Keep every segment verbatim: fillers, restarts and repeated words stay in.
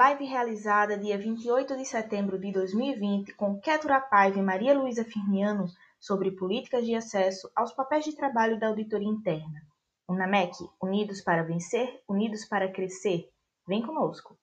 live realizada dia vinte e oito de setembro de dois mil e vinte com Kétura Paiva e Maria Luísa Firmiano sobre políticas de acesso aos papéis de trabalho da auditoria interna. UNAMEC, unidos para vencer, unidos para crescer. Vem conosco!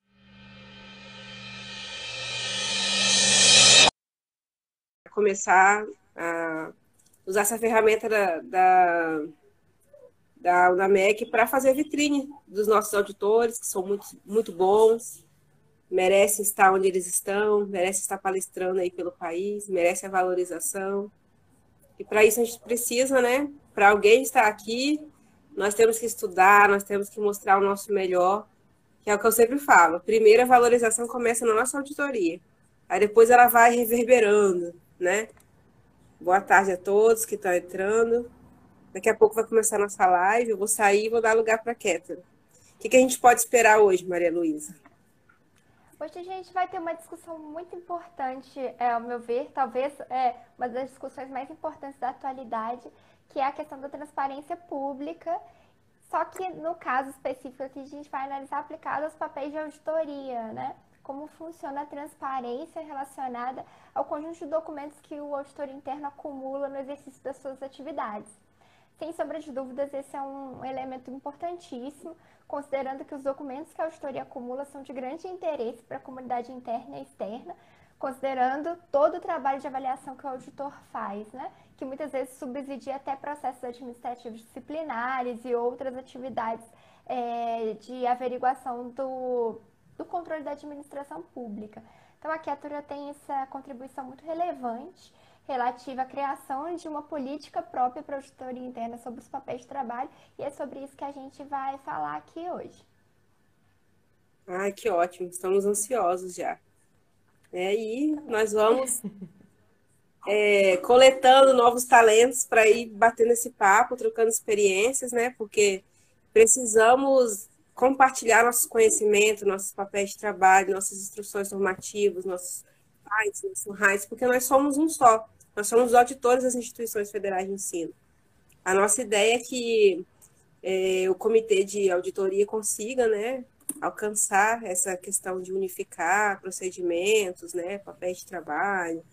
Começar a usar essa ferramenta da, da, da UNAMEC para fazer vitrine dos nossos auditores, que são muito, muito bons, merecem estar onde eles estão, merecem estar palestrando aí pelo país, merecem a valorização. E para isso a gente precisa, né? Para alguém estar aqui, nós temos que estudar, nós temos que mostrar o nosso melhor, que é o que eu sempre falo. Primeiro, a valorização começa na nossa auditoria, aí depois ela vai reverberando, né? Boa tarde a todos que estão entrando. Daqui a pouco vai começar a nossa live, eu vou sair e vou dar lugar para a Kétura. O que, que a gente pode esperar hoje, Maria Luísa? Hoje a gente vai ter uma discussão muito importante, é, ao meu ver, talvez é, uma das discussões mais importantes da atualidade, que é a questão da transparência pública, só que no caso específico aqui a gente vai analisar aplicado aos papéis de auditoria, né? Como funciona a transparência relacionada ao conjunto de documentos que o auditor interno acumula no exercício das suas atividades. Sem sombra de dúvidas, esse é um elemento importantíssimo, considerando que os documentos que a auditoria acumula são de grande interesse para a comunidade interna e externa, considerando todo o trabalho de avaliação que o auditor faz, né? Que muitas vezes subsidia até processos administrativos disciplinares e outras atividades é, de averiguação do, do controle da administração pública. Então, a Kétura tem essa contribuição muito relevante relativa à criação de uma política própria para a auditoria interna sobre os papéis de trabalho, e é sobre isso que a gente vai falar aqui hoje. Ai, que ótimo, estamos ansiosos já. É, e nós vamos é, coletando novos talentos para ir batendo esse papo, trocando experiências, né? Porque precisamos compartilhar nossos conhecimentos, nossos papéis de trabalho, nossas instruções normativas, nossos sites, nossos raios, porque nós somos um só. Nós somos os auditores das instituições federais de ensino. A nossa ideia é que é, o comitê de auditoria consiga, né, alcançar essa questão de unificar procedimentos, né, papéis de trabalho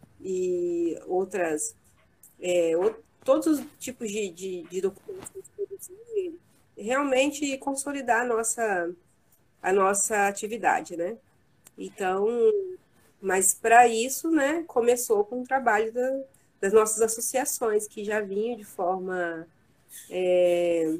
e outras, é, o, todos os tipos de, de, de documentos que produzir, realmente consolidar a nossa, a nossa atividade, né? Então, mas para isso, né, começou com o trabalho da, das nossas associações, que já vinham de forma é,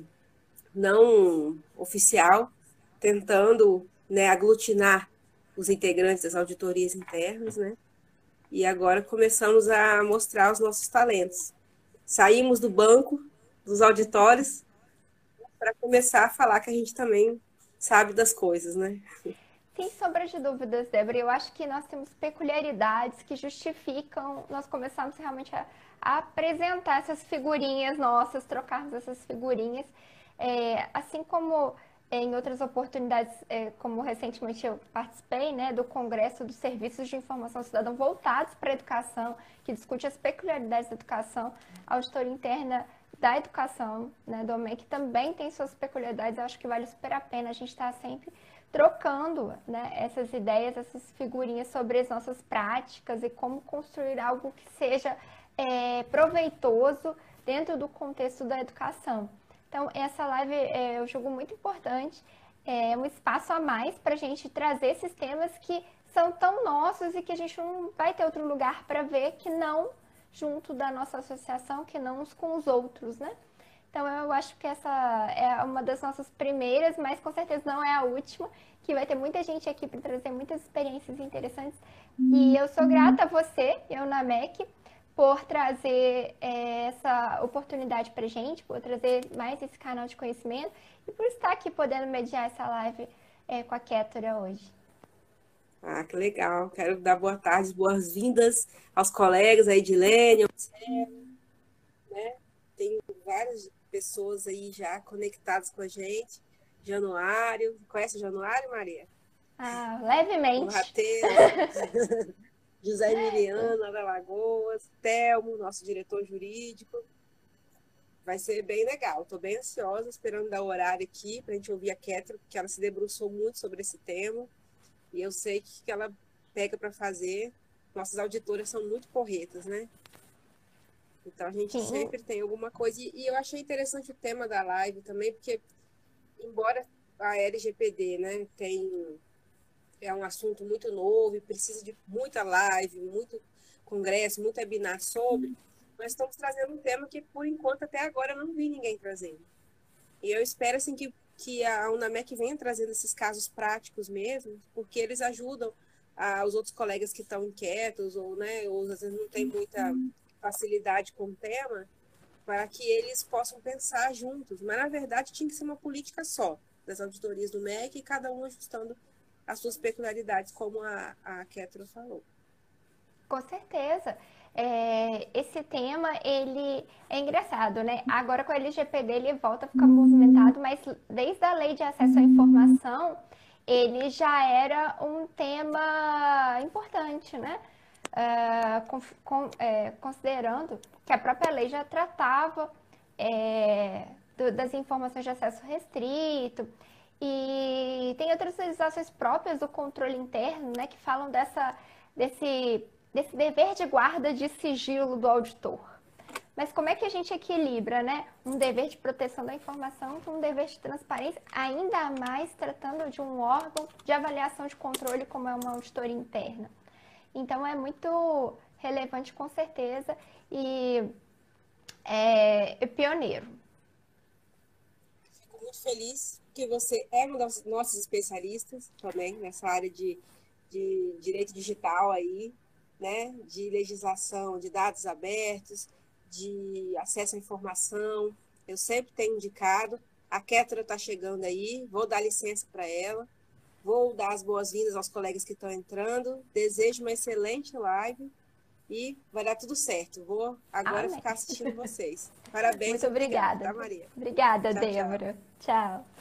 não oficial, tentando, né, aglutinar os integrantes das auditorias internas, né? E agora começamos a mostrar os nossos talentos. Saímos do banco dos auditórios para começar a falar que a gente também sabe das coisas, né? Sem sombra de dúvidas, Débora, eu acho que nós temos peculiaridades que justificam nós começarmos realmente a, a apresentar essas figurinhas nossas, trocarmos essas figurinhas, é, assim como em outras oportunidades, é, como recentemente eu participei, né, do Congresso dos Serviços de Informação ao Cidadão voltados para a educação, que discute as peculiaridades da educação, a auditoria interna da educação, né, do O M E C também tem suas peculiaridades. Eu acho que vale super a pena a gente estar sempre trocando, né, essas ideias, essas figurinhas sobre as nossas práticas e como construir algo que seja é, proveitoso dentro do contexto da educação. Então, essa live é, eu julgo muito importante, é um espaço a mais para a gente trazer esses temas que são tão nossos e que a gente não vai ter outro lugar para ver que não junto da nossa associação, que não uns com os outros, né? Então, eu acho que essa é uma das nossas primeiras, mas com certeza não é a última, que vai ter muita gente aqui para trazer muitas experiências interessantes. E eu sou grata a você, eu na M E C, por trazer é, essa oportunidade para a gente, por trazer mais esse canal de conhecimento e por estar aqui podendo mediar essa live é, com a Kétura hoje. Ah, que legal. Quero dar boa tarde, boas-vindas aos colegas, a Edilene, ao Marcelo, né? Tem várias pessoas aí já conectadas com a gente. Januário, conhece o Januário, Maria? Ah, levemente. O Rateiro, José Emiliano, da Lagoas, Telmo, nosso diretor jurídico. Vai ser bem legal. Estou bem ansiosa, esperando dar o horário aqui para a gente ouvir a Kétura, porque ela se debruçou muito sobre esse tema. E eu sei que que ela pega para fazer. Nossas auditoras são muito porretas, né? Então a gente Sim, sempre tem alguma coisa. E, e eu achei interessante o tema da live também, porque embora a L G P D, né, tem, é um assunto muito novo e precisa de muita live, muito congresso, muito webinar sobre, nós estamos trazendo um tema que, por enquanto, até agora eu não vi ninguém trazendo. E eu espero assim, que, que a UNAMEC venha trazendo esses casos práticos mesmo, porque eles ajudam a, os outros colegas que estão inquietos ou, né, ou às vezes não tem muita facilidade com o tema, para que eles possam pensar juntos. Mas, na verdade, tinha que ser uma política só das auditorias do M E C e cada um ajustando as suas peculiaridades, como a, a Kétera falou. com certeza. É, esse tema, ele é engraçado, né? Agora com a L G P D ele volta a ficar movimentado, mas desde a Lei de Acesso à Informação, ele já era um tema importante, né? É, com, com, é, considerando que a própria lei já tratava é, do, das informações de acesso restrito, e tem outras legislações próprias do controle interno, né, que falam dessa, desse, desse dever de guarda de sigilo do auditor. Mas como é que a gente equilibra, né, um dever de proteção da informação com um dever de transparência, ainda mais tratando de um órgão de avaliação de controle como é uma auditoria interna? Então é muito relevante, com certeza, e é, é pioneiro. Fico muito feliz que você é um dos nossos especialistas também nessa área de, de direito digital aí, né? De legislação, de dados abertos, de acesso à informação. Eu sempre tenho indicado. A Kétera está chegando aí, vou dar licença para ela. Vou dar as boas-vindas aos colegas que estão entrando. Desejo uma excelente live e vai dar tudo certo. Vou agora Amém. ficar assistindo vocês. Parabéns. Muito e obrigada, obrigada. tá, Maria? Obrigada, Tchau, Débora. Tchau. tchau.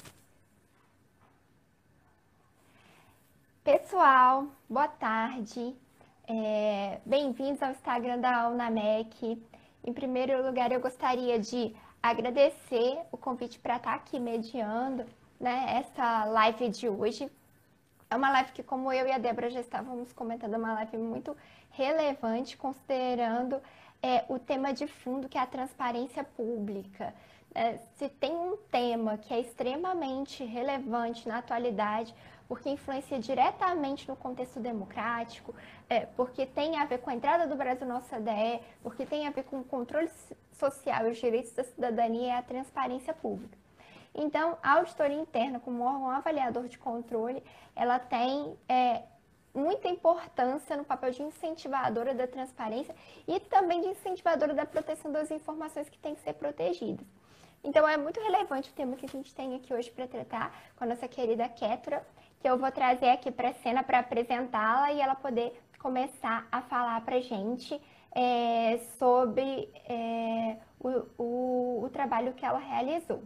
Pessoal, boa tarde. É, bem-vindos ao Instagram da UNAMEC. Em primeiro lugar, eu gostaria de agradecer o convite para estar aqui mediando, né, essa live de hoje. É uma live que, como eu e a Débora já estávamos comentando, é uma live muito relevante, considerando é, o tema de fundo, que é a transparência pública. É, se tem um tema que é extremamente relevante na atualidade, porque influencia diretamente no contexto democrático, é, porque tem a ver com a entrada do Brasil na O C D E, porque tem a ver com o controle social e os direitos da cidadania, é a transparência pública. Então, a auditoria interna, como órgão avaliador de controle, ela tem é, muita importância no papel de incentivadora da transparência e também de incentivadora da proteção das informações que têm que ser protegidas. Então, é muito relevante o tema que a gente tem aqui hoje para tratar com a nossa querida Kétera, que eu vou trazer aqui para a cena para apresentá-la e ela poder começar a falar para a gente é, sobre é, o, o, o trabalho que ela realizou.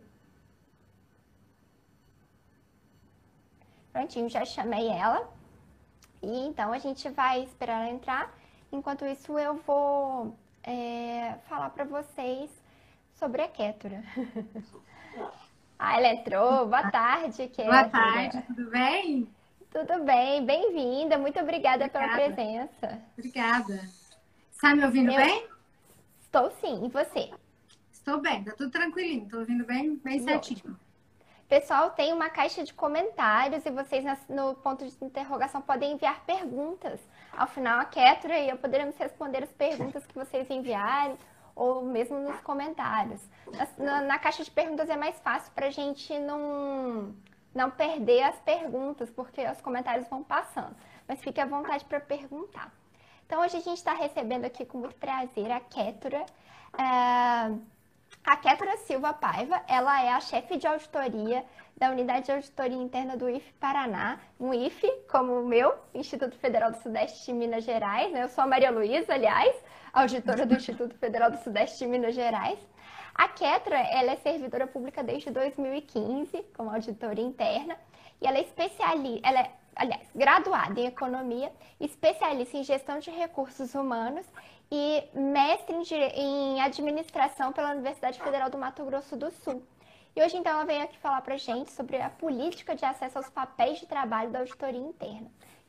Prontinho, já chamei ela. E então a gente vai esperar ela entrar. Enquanto isso, eu vou é, falar para vocês sobre a Kétera. Ah, ela entrou. Boa tarde, Kétera. Boa tarde, tudo bem? Tudo bem, bem-vinda. Muito obrigada, obrigada pela presença. Obrigada. Está me ouvindo eu... bem? Estou sim, e você? Estou bem, tá tudo tranquilinho, estou ouvindo bem, bem certinho. Ótimo. Pessoal, tem uma caixa de comentários e vocês no ponto de interrogação podem enviar perguntas. Ao final, a Kétera e eu poderemos responder as perguntas que vocês enviarem ou mesmo nos comentários. Na, na caixa de perguntas é mais fácil para a gente não, não perder as perguntas, porque os comentários vão passando. Mas fique à vontade para perguntar. Então, hoje a gente está recebendo aqui com muito prazer a Kétera. É... A Kétera Silva Paiva, ela é a chefe de auditoria da Unidade de Auditoria Interna do I F Paraná, um I F como o meu, Instituto Federal do Sudeste de Minas Gerais, né? Eu sou a Maria Luísa, aliás, auditora do Instituto Federal do Sudeste de Minas Gerais. A Kétera, ela é servidora pública desde dois mil e quinze, como auditora interna, e ela é especialista, ela é, aliás, graduada em economia, especialista em gestão de recursos humanos e mestre em, dire... em administração pela Universidade Federal do Mato Grosso do Sul. E hoje, então, ela vem aqui falar para a gente sobre a política de acesso aos papéis de trabalho da auditoria interna.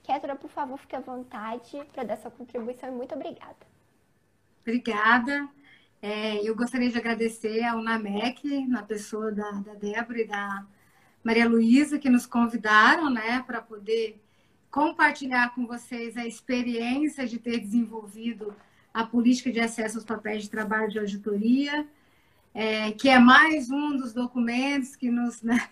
Kétura, por favor, fique à vontade para dar sua contribuição e muito obrigada. Obrigada. É, eu gostaria de agradecer ao UNAMEC, na pessoa da, da Débora e da Maria Luísa, que nos convidaram, né, para poder compartilhar com vocês a experiência de ter desenvolvido a política de acesso aos papéis de trabalho de auditoria, é, que é mais um dos documentos que nos, né,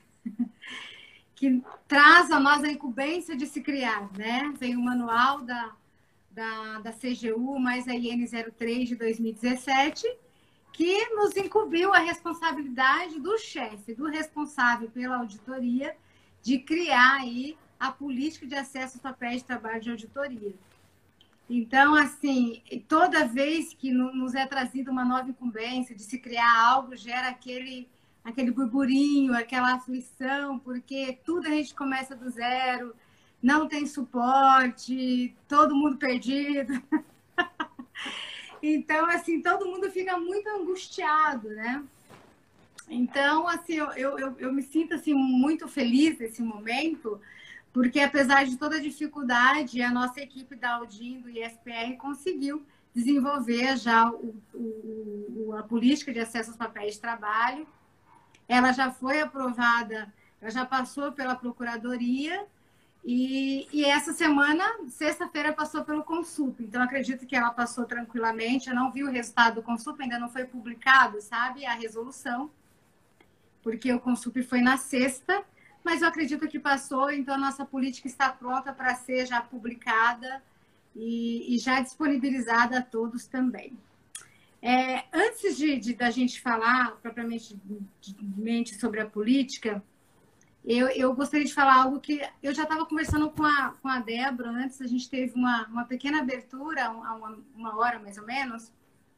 que traz a nós a incumbência de se criar, né? Vem o manual da, da, da C G U, mais a I N zero três de dois mil e dezessete, que nos incumbiu a responsabilidade do chefe, do responsável pela auditoria, de criar aí a política de acesso aos papéis de trabalho de auditoria. Então, assim, toda vez que nos é trazida uma nova incumbência de se criar algo, gera aquele, aquele burburinho, aquela aflição, porque tudo a gente começa do zero, não tem suporte, todo mundo perdido. Então, assim, todo mundo fica muito angustiado, né? Então, assim, eu, eu, eu me sinto assim, muito feliz nesse momento, porque apesar de toda a dificuldade, a nossa equipe da Audin, do I S P R, conseguiu desenvolver já o, o, a política de acesso aos papéis de trabalho. Ela já foi aprovada, ela já passou pela Procuradoria e, e essa semana, sexta-feira, passou pelo Consup. Então, acredito que ela passou tranquilamente. Eu não vi o resultado do Consup, ainda não foi publicado, sabe, a resolução, porque o Consup foi na sexta. Mas eu acredito que passou, então a nossa política está pronta para ser já publicada e, e já disponibilizada a todos também. É, antes de, de da gente falar propriamente sobre a política, eu, eu gostaria de falar algo que eu já estava conversando com a, com a Débora antes, a gente teve uma, uma pequena abertura, uma, uma hora mais ou menos,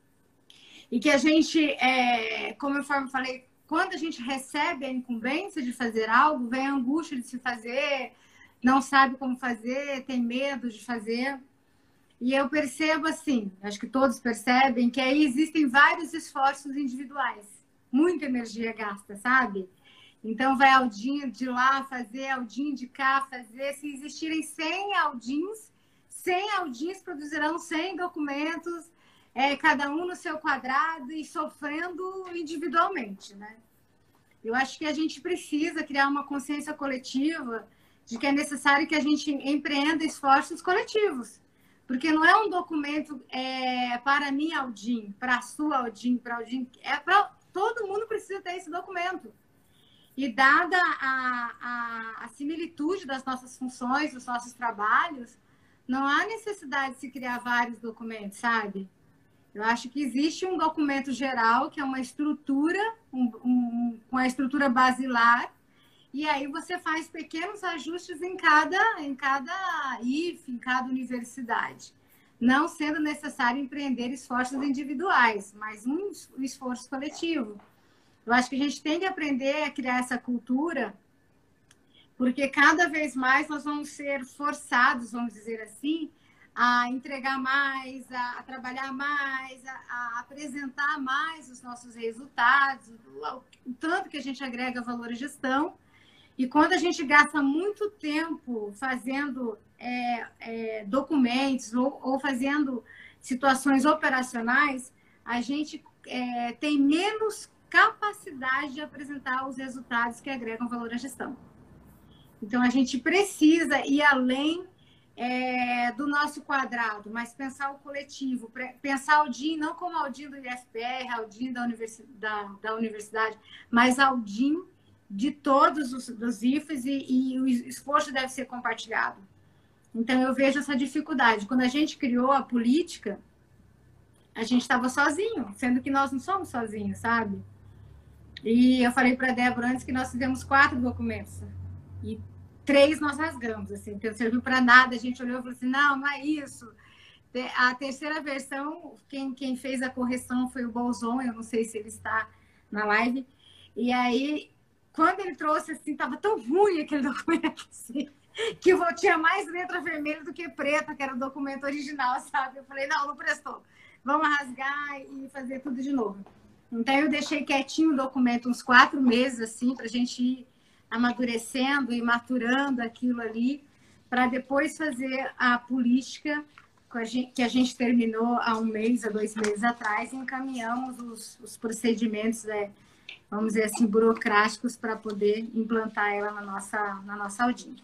e que a gente, é, como eu falei, quando a gente recebe a incumbência de fazer algo, vem a angústia de se fazer, não sabe como fazer, tem medo de fazer. E eu percebo assim, acho que todos percebem, que aí existem vários esforços individuais. Muita energia gasta, sabe? Então vai Aldinho de lá fazer, Aldinho de cá fazer. Se existirem cem Aldins, cem Aldins produzirão cem documentos, É, cada um no seu quadrado e sofrendo individualmente, né? Eu acho que a gente precisa criar uma consciência coletiva de que é necessário que a gente empreenda esforços coletivos, porque não é um documento é, para mim, Aldin, para a sua Aldin, para Aldin, é para todo mundo precisa ter esse documento. E dada a, a, a similitude das nossas funções, dos nossos trabalhos, não há necessidade de se criar vários documentos, sabe? Eu acho que existe um documento geral, que é uma estrutura, um, um, uma estrutura basilar, e aí você faz pequenos ajustes em cada, em cada I F, em cada universidade. Não sendo necessário empreender esforços individuais, mas um esforço coletivo. Eu acho que a gente tem que aprender a criar essa cultura, porque cada vez mais nós vamos ser forçados, vamos dizer assim, a entregar mais, a, a trabalhar mais, a, a apresentar mais os nossos resultados, o, o tanto que a gente agrega valor à gestão. E quando a gente gasta muito tempo fazendo é, é, documentos ou, ou fazendo situações operacionais, a gente é, tem menos capacidade de apresentar os resultados que agregam valor à gestão. Então, a gente precisa ir além É, do nosso quadrado, mas pensar o coletivo, pensar o D I M não como Aldin do I F P R, Aldin da, universi da, da universidade, mas Aldin de todos os dos I F Es e, e o esforço deve ser compartilhado. Então, eu vejo essa dificuldade. Quando a gente criou a política, a gente estava sozinho, sendo que nós não somos sozinhos, sabe? E eu falei para a Débora antes que nós fizemos quatro documentos. E três nós rasgamos, assim, então não serviu para nada. A gente olhou e falou assim, não, não é isso. A terceira versão, quem, quem fez a correção foi o Bolzon, eu não sei se ele está na live. E aí, quando ele trouxe, assim, estava tão ruim aquele documento, assim, que eu tinha mais letra vermelha do que preta, que era o documento original, sabe? Eu falei, não, não prestou. Vamos rasgar e fazer tudo de novo. Então, eu deixei quietinho o documento uns quatro meses, assim, para a gente ir amadurecendo e maturando aquilo ali, para depois fazer a política que a gente terminou há um mês, há dois meses atrás, e encaminhamos os, os procedimentos, né, vamos dizer assim, burocráticos para poder implantar ela na nossa, na nossa audiência.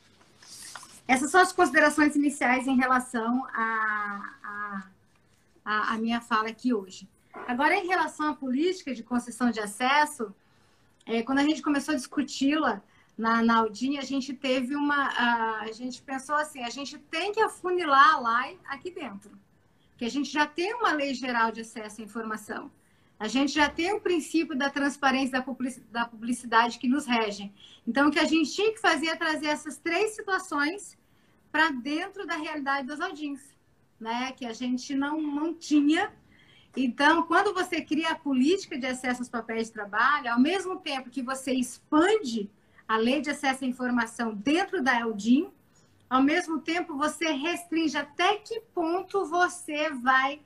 Essas são as considerações iniciais em relação à a, a, a minha fala aqui hoje. Agora, em relação à política de concessão de acesso, é, quando a gente começou a discuti-la na, na Audin, a gente teve uma... A, a gente pensou assim, a gente tem que afunilar a lei aqui dentro, que a gente já tem uma lei geral de acesso à informação. A gente já tem o princípio da transparência da publicidade que nos rege. Então, o que a gente tinha que fazer é trazer essas três situações para dentro da realidade das Audins, né? Que a gente não, não tinha. Então, quando você cria a política de acesso aos papéis de trabalho, ao mesmo tempo que você expande a lei de acesso à informação dentro da Audin, ao mesmo tempo você restringe até que ponto você vai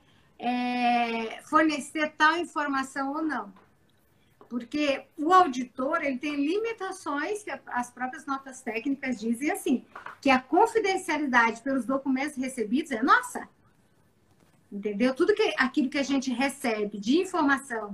é, fornecer tal informação ou não. Porque o auditor ele tem limitações que as próprias notas técnicas dizem assim, que a confidencialidade pelos documentos recebidos é nossa. Entendeu? Tudo que, aquilo que a gente recebe de informação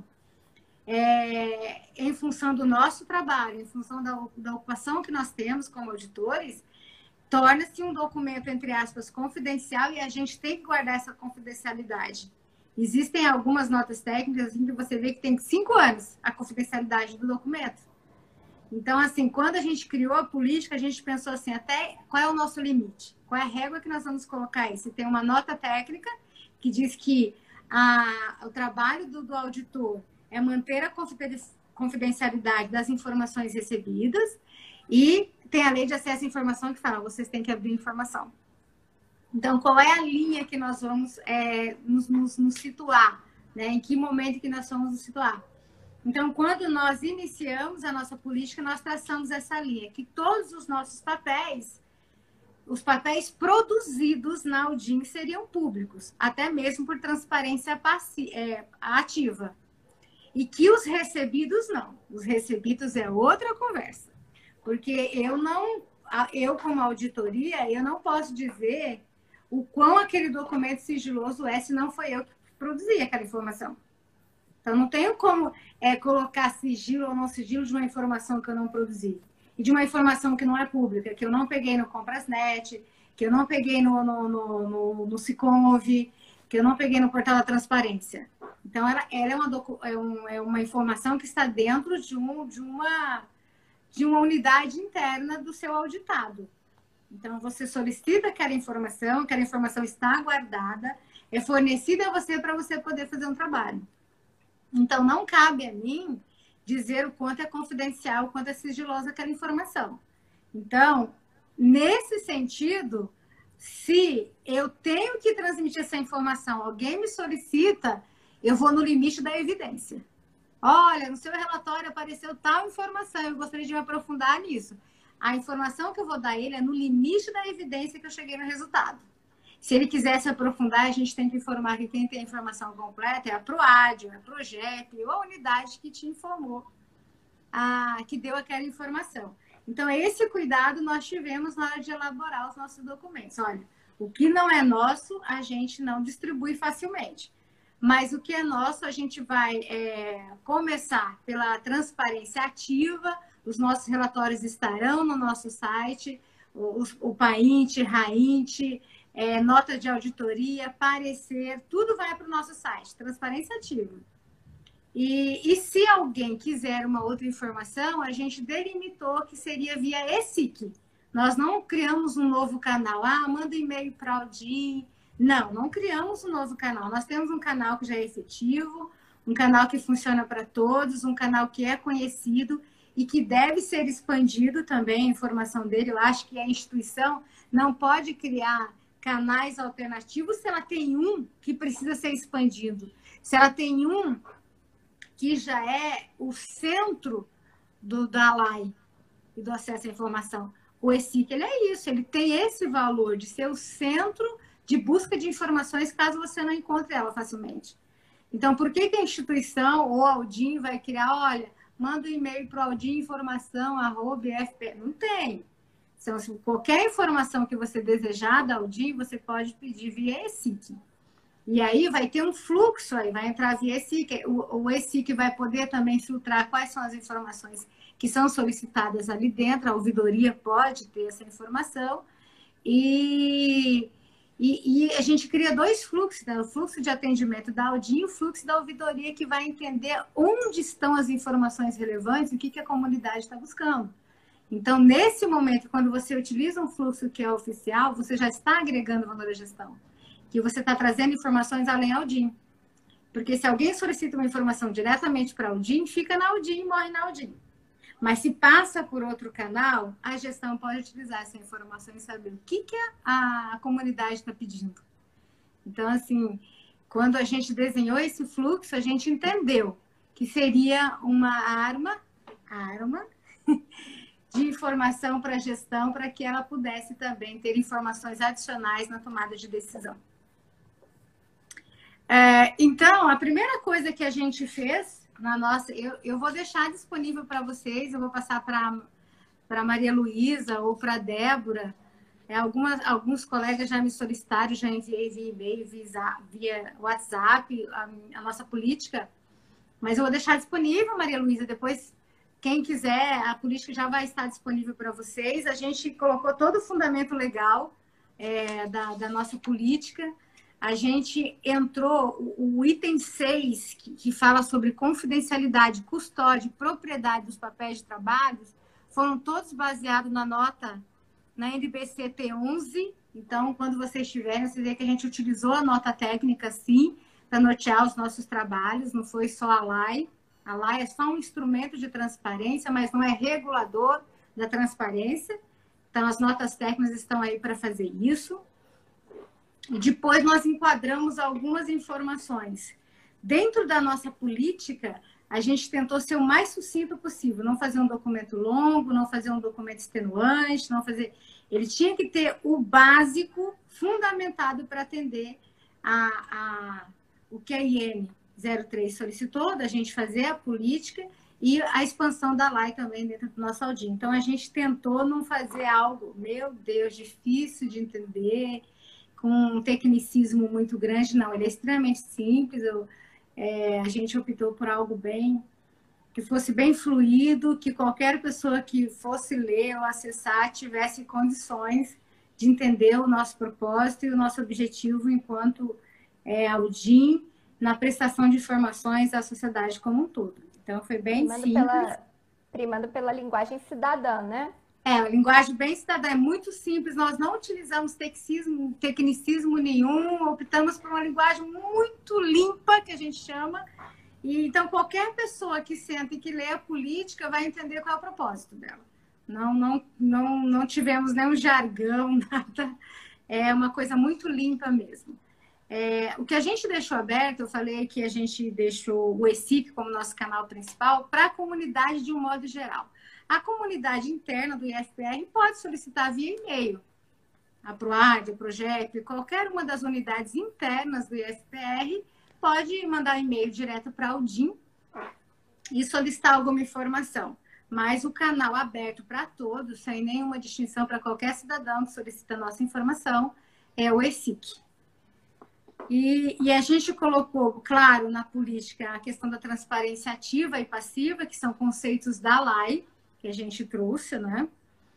é, em função do nosso trabalho, em função da, da ocupação que nós temos como auditores, torna-se um documento, entre aspas, confidencial e a gente tem que guardar essa confidencialidade. Existem algumas notas técnicas em que você vê que tem cinco anos a confidencialidade do documento. Então, assim, quando a gente criou a política, a gente pensou assim, até qual é o nosso limite? Qual é a régua que nós vamos colocar aí? Se tem uma nota técnica que diz que a, o trabalho do, do auditor é manter a confidencialidade das informações recebidas e tem a lei de acesso à informação que fala, vocês têm que abrir informação. Então, qual é a linha que nós vamos é, nos, nos, nos situar? Né? Em que momento que nós vamos nos situar? Então, quando nós iniciamos a nossa política, nós traçamos essa linha, que todos os nossos papéis, os papéis produzidos na Audin seriam públicos, até mesmo por transparência passi- é, ativa. E que os recebidos não. Os recebidos é outra conversa. Porque eu não, eu como auditoria, eu não posso dizer o quão aquele documento sigiloso é se não foi eu que produzi aquela informação. Então, não tenho como é, colocar sigilo ou não sigilo de uma informação que eu não produzi. E de uma informação que não é pública, que eu não peguei no Comprasnet, que eu não peguei no, no, no, no, no Siconv, que eu não peguei no Portal da Transparência. Então, ela, ela é, uma docu, é, um, é uma informação que está dentro de, um, de, uma, de uma unidade interna do seu auditado. Então, você solicita aquela informação, aquela informação está guardada, é fornecida a você para você poder fazer um trabalho. Então, não cabe a mim dizer o quanto é confidencial, o quanto é sigilosa aquela informação. Então, nesse sentido, se eu tenho que transmitir essa informação, alguém me solicita, eu vou no limite da evidência. Olha, no seu relatório apareceu tal informação, eu gostaria de me aprofundar nisso. A informação que eu vou dar a ele é no limite da evidência que eu cheguei no resultado. Se ele quiser se aprofundar, a gente tem que informar que quem tem a informação completa é a PROAD, é a PROGEP, ou a unidade que te informou, a, que deu aquela informação. Então, esse cuidado nós tivemos na hora de elaborar os nossos documentos. Olha, o que não é nosso, a gente não distribui facilmente. Mas o que é nosso, a gente vai é, começar pela transparência ativa. Os nossos relatórios estarão no nosso site, o, o PAINT, RAINT, é, nota de auditoria, parecer, tudo vai para o nosso site, transparência ativa. E, e se alguém quiser uma outra informação, a gente delimitou que seria via ESIC. Nós não criamos um novo canal, ah, manda um e-mail para a Audin. Não, não criamos um novo canal. Nós temos um canal que já é efetivo, um canal que funciona para todos, um canal que é conhecido e que deve ser expandido também, a informação dele. Eu acho que a instituição não pode criar canais alternativos se ela tem um que precisa ser expandido. Se ela tem um que já é o centro do, da L A I e do acesso à informação. O ESIC, ele é isso, ele tem esse valor de ser o centro de busca de informações caso você não encontre ela facilmente. Então, por que, que a instituição ou a Audin vai criar, olha, manda um e-mail para o audinformação, arroba, F P? Não tem. Então, se qualquer informação que você desejar da Audi, você pode pedir via eSIC. E aí vai ter um fluxo aí, vai entrar via eSIC. O, o eSIC vai poder também filtrar quais são as informações que são solicitadas ali dentro. A ouvidoria pode ter essa informação. E, e, e a gente cria dois fluxos, né? O fluxo de atendimento da Audi e o fluxo da ouvidoria, que vai entender onde estão as informações relevantes e o que, que a comunidade está buscando. Então, nesse momento, quando você utiliza um fluxo que é oficial, você já está agregando valor à gestão. Que você está trazendo informações além da Audi. Porque se alguém solicita uma informação diretamente para a Audi, fica na Audi e morre na Audi. Mas se passa por outro canal, a gestão pode utilizar essa informação e saber o que, que a, a comunidade está pedindo. Então, assim, quando a gente desenhou esse fluxo, a gente entendeu que seria uma arma, arma de informação para a gestão, para que ela pudesse também ter informações adicionais na tomada de decisão. É, então, a primeira coisa que a gente fez na nossa... Eu, eu vou deixar disponível para vocês, eu vou passar para para Maria Luísa ou para a Débora. É, algumas, alguns colegas já me solicitaram, já enviei via e-mail, via, via WhatsApp, a, a nossa política. Mas eu vou deixar disponível, Maria Luísa, depois... Quem quiser, a política já vai estar disponível para vocês. A gente colocou todo o fundamento legal é, da, da nossa política. A gente entrou, o, o item seis, que, que fala sobre confidencialidade, custódia e propriedade dos papéis de trabalho, foram todos baseados na nota, na N B C T onze. Então, quando vocês tiverem, vocês verem que a gente utilizou a nota técnica, sim, para nortear os nossos trabalhos, não foi só a L A I. A L A I é só um instrumento de transparência, mas não é regulador da transparência. Então, as notas técnicas estão aí para fazer isso. E depois nós enquadramos algumas informações. Dentro da nossa política, a gente tentou ser o mais sucinto possível. Não fazer um documento longo, não fazer um documento extenuante, não fazer... Ele tinha que ter o básico fundamentado para atender a, a, o que a I N zero três solicitou, da gente fazer a política e a expansão da L A I também dentro do nosso Audi. Então, a gente tentou não fazer algo, meu Deus, difícil de entender, com um tecnicismo muito grande. Não, ele é extremamente simples. Eu, é, a gente optou por algo bem, que fosse bem fluido, que qualquer pessoa que fosse ler ou acessar tivesse condições de entender o nosso propósito e o nosso objetivo enquanto é, Audi, na prestação de informações à sociedade como um todo. Então, foi bem primando simples. Pela, primando pela linguagem cidadã, né? É, a linguagem bem cidadã, é muito simples. Nós não utilizamos tecnicismo, tecnicismo nenhum, optamos por uma linguagem muito limpa, que a gente chama. E, então, qualquer pessoa que senta e que lê a política vai entender qual é o propósito dela. Não, não, não, não tivemos nenhum jargão, nada. É uma coisa muito limpa mesmo. É, o que a gente deixou aberto, eu falei que a gente deixou o eSIC como nosso canal principal para a comunidade de um modo geral. A comunidade interna do I F P R pode solicitar via e-mail. A PROAD, a Projeto, qualquer uma das unidades internas do I F P R pode mandar e-mail direto para a Audi e solicitar alguma informação. Mas o canal aberto para todos, sem nenhuma distinção para qualquer cidadão que solicita nossa informação, é o eSIC. E, e a gente colocou, claro, na política a questão da transparência ativa e passiva, que são conceitos da L A I, que a gente trouxe, né?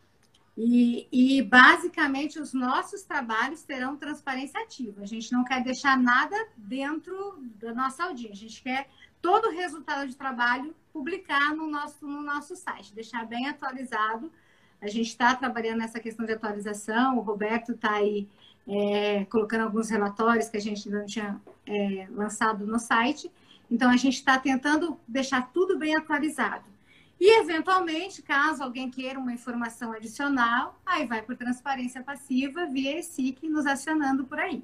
E, e basicamente os nossos trabalhos terão transparência ativa. A gente não quer deixar nada dentro da nossa Audi. A gente quer todo o resultado de trabalho publicar no nosso, no nosso site, deixar bem atualizado. A gente está trabalhando nessa questão de atualização, o Roberto está aí é, colocando alguns relatórios que a gente não tinha é, lançado no site. Então, a gente está tentando deixar tudo bem atualizado. E, eventualmente, caso alguém queira uma informação adicional, aí vai por transparência passiva via eSIC nos acionando por aí.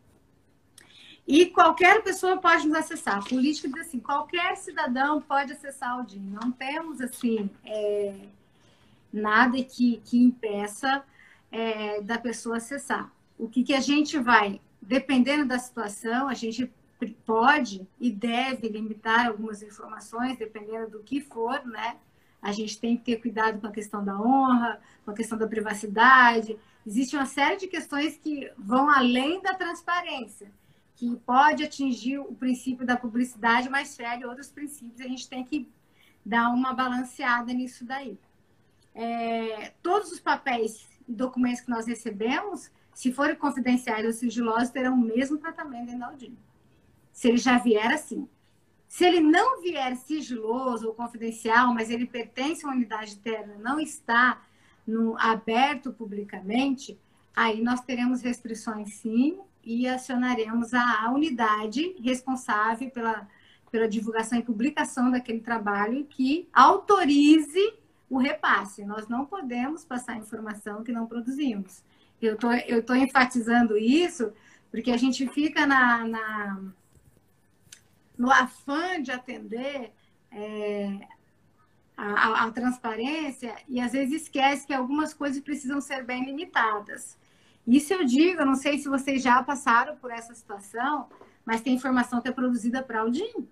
E qualquer pessoa pode nos acessar. A política diz assim, qualquer cidadão pode acessar o D I N. Não temos, assim, é, nada que, que impeça é, da pessoa acessar. O que, que a gente vai, dependendo da situação, a gente pode e deve limitar algumas informações, dependendo do que for, né? a gente tem que ter cuidado com a questão da honra, com a questão da privacidade. Existe uma série de questões que vão além da transparência, que pode atingir o princípio da publicidade, mas fere outros princípios. A gente tem que dar uma balanceada nisso daí. É, todos os papéis e documentos que nós recebemos, se forem confidenciais ou sigilosos, terão o mesmo tratamento dentro da Audinha. Se ele já vier assim. Se ele não vier sigiloso ou confidencial, mas ele pertence a uma unidade interna, não está no, aberto publicamente, aí nós teremos restrições sim e acionaremos a, a unidade responsável pela, pela divulgação e publicação daquele trabalho que autorize o repasse. Nós não podemos passar informação que não produzimos. Eu tô, eu tô enfatizando isso porque a gente fica na... na no afã de atender é, a, a transparência e às vezes esquece que algumas coisas precisam ser bem limitadas. Isso eu digo, eu não sei se vocês já passaram por essa situação, mas tem informação que é produzida para a Audinha.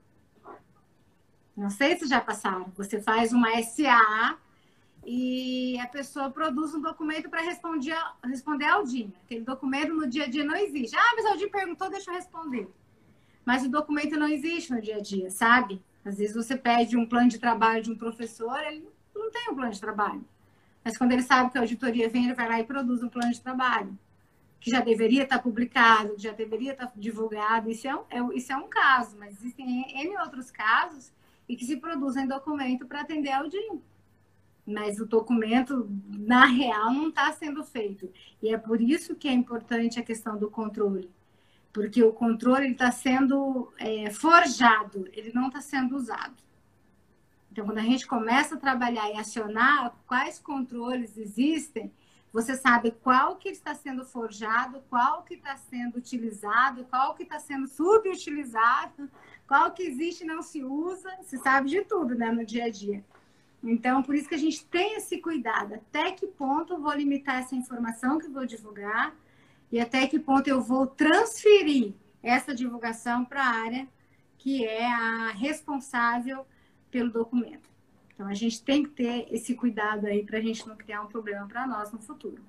Não sei se já passaram. Você faz uma S A e a pessoa produz um documento para responder, responder a Audinha. Aquele documento no dia a dia não existe. Ah, mas a Audinha perguntou, deixa eu responder. Mas o documento não existe no dia a dia, sabe? Às vezes você pede um plano de trabalho de um professor, ele não tem um plano de trabalho. Mas quando ele sabe que a auditoria vem, ele vai lá e produz um plano de trabalho, que já deveria estar publicado, que já deveria estar divulgado. Isso é um, é, isso é um caso, mas existem N outros casos e que se produzem documento para atender a Audinha. Mas o documento, na real, não está sendo feito. E é por isso que é importante a questão do controle. Porque o controle está sendo é, forjado, ele não está sendo usado. Então, quando a gente começa a trabalhar e acionar quais controles existem, você sabe qual que está sendo forjado, qual que está sendo utilizado, qual que está sendo subutilizado, qual que existe e não se usa. Você sabe de tudo, né, no dia a dia. Então, por isso que a gente tem esse cuidado. Até que ponto eu vou limitar essa informação que eu vou divulgar e até que ponto eu vou transferir essa divulgação para a área que é a responsável pelo documento. Então, a gente tem que ter esse cuidado aí para a gente não criar um problema para nós no futuro.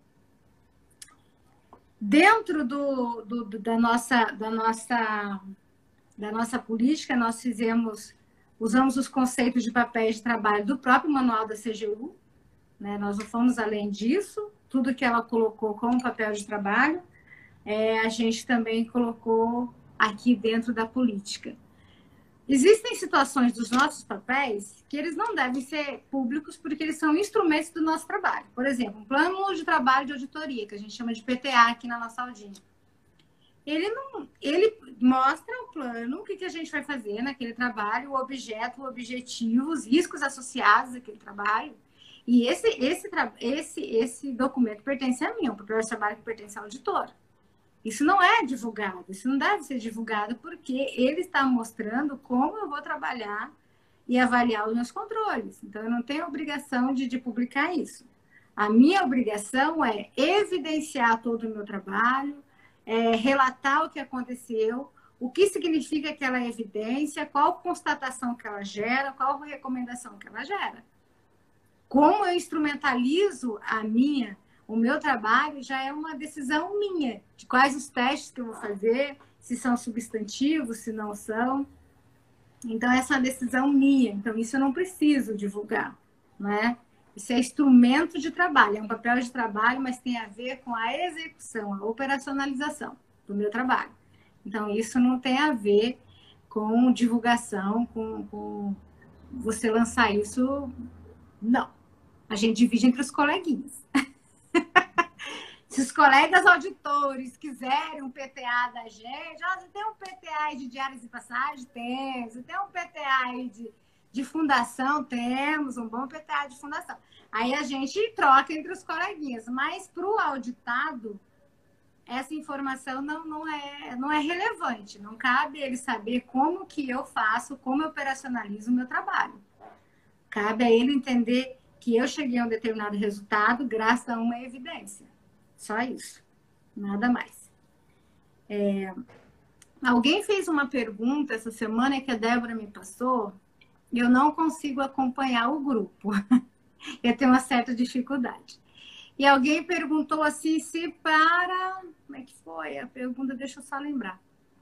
Dentro do, do, do, da, nossa, da, nossa, da nossa política, nós fizemos, usamos os conceitos de papéis de trabalho do próprio manual da C G U, né? Nós não fomos além disso. Tudo que ela colocou como papel de trabalho, é, a gente também colocou aqui dentro da política. Existem situações dos nossos papéis que eles não devem ser públicos porque eles são instrumentos do nosso trabalho. Por exemplo, um plano de trabalho de auditoria, que a gente chama de P T A aqui na nossa Audinha. Ele, não, ele mostra o plano, o que, que a gente vai fazer naquele trabalho, o objeto, o objetivo, os riscos associados àquele trabalho. E esse, esse, esse, esse documento pertence a mim, é um papel de trabalho que pertence ao auditor. Isso não é divulgado, isso não deve ser divulgado porque ele está mostrando como eu vou trabalhar e avaliar os meus controles. Então, eu não tenho obrigação de, de publicar isso. A minha obrigação é evidenciar todo o meu trabalho, é, relatar o que aconteceu, o que significa aquela evidência, qual constatação que ela gera, qual recomendação que ela gera. Como eu instrumentalizo a minha, o meu trabalho já é uma decisão minha, de quais os testes que eu vou fazer, se são substantivos, se não são. Então, essa é uma decisão minha. Então, isso eu não preciso divulgar, né? Isso é instrumento de trabalho, é um papel de trabalho, mas tem a ver com a execução, a operacionalização do meu trabalho. Então, isso não tem a ver com divulgação, com, com você lançar isso, não. A gente divide entre os coleguinhas. Se os colegas auditores quiserem um P T A da gente, ah, você tem um P T A aí de diários e passagens? Tem. Você tem um P T A aí de, de fundação? Temos um bom P T A de fundação. Aí a gente troca entre os coleguinhas. Mas para o auditado, essa informação não, não, é, não é relevante. Não cabe ele saber como que eu faço, como eu operacionalizo o meu trabalho. Cabe a ele entender que eu cheguei a um determinado resultado graças a uma evidência. Só isso. Nada mais. É... Alguém fez uma pergunta essa semana que a Débora me passou. eu não consigo acompanhar o grupo. Eu tenho uma certa dificuldade. E alguém perguntou assim, se para... Como é que foi a pergunta? Deixa eu só lembrar.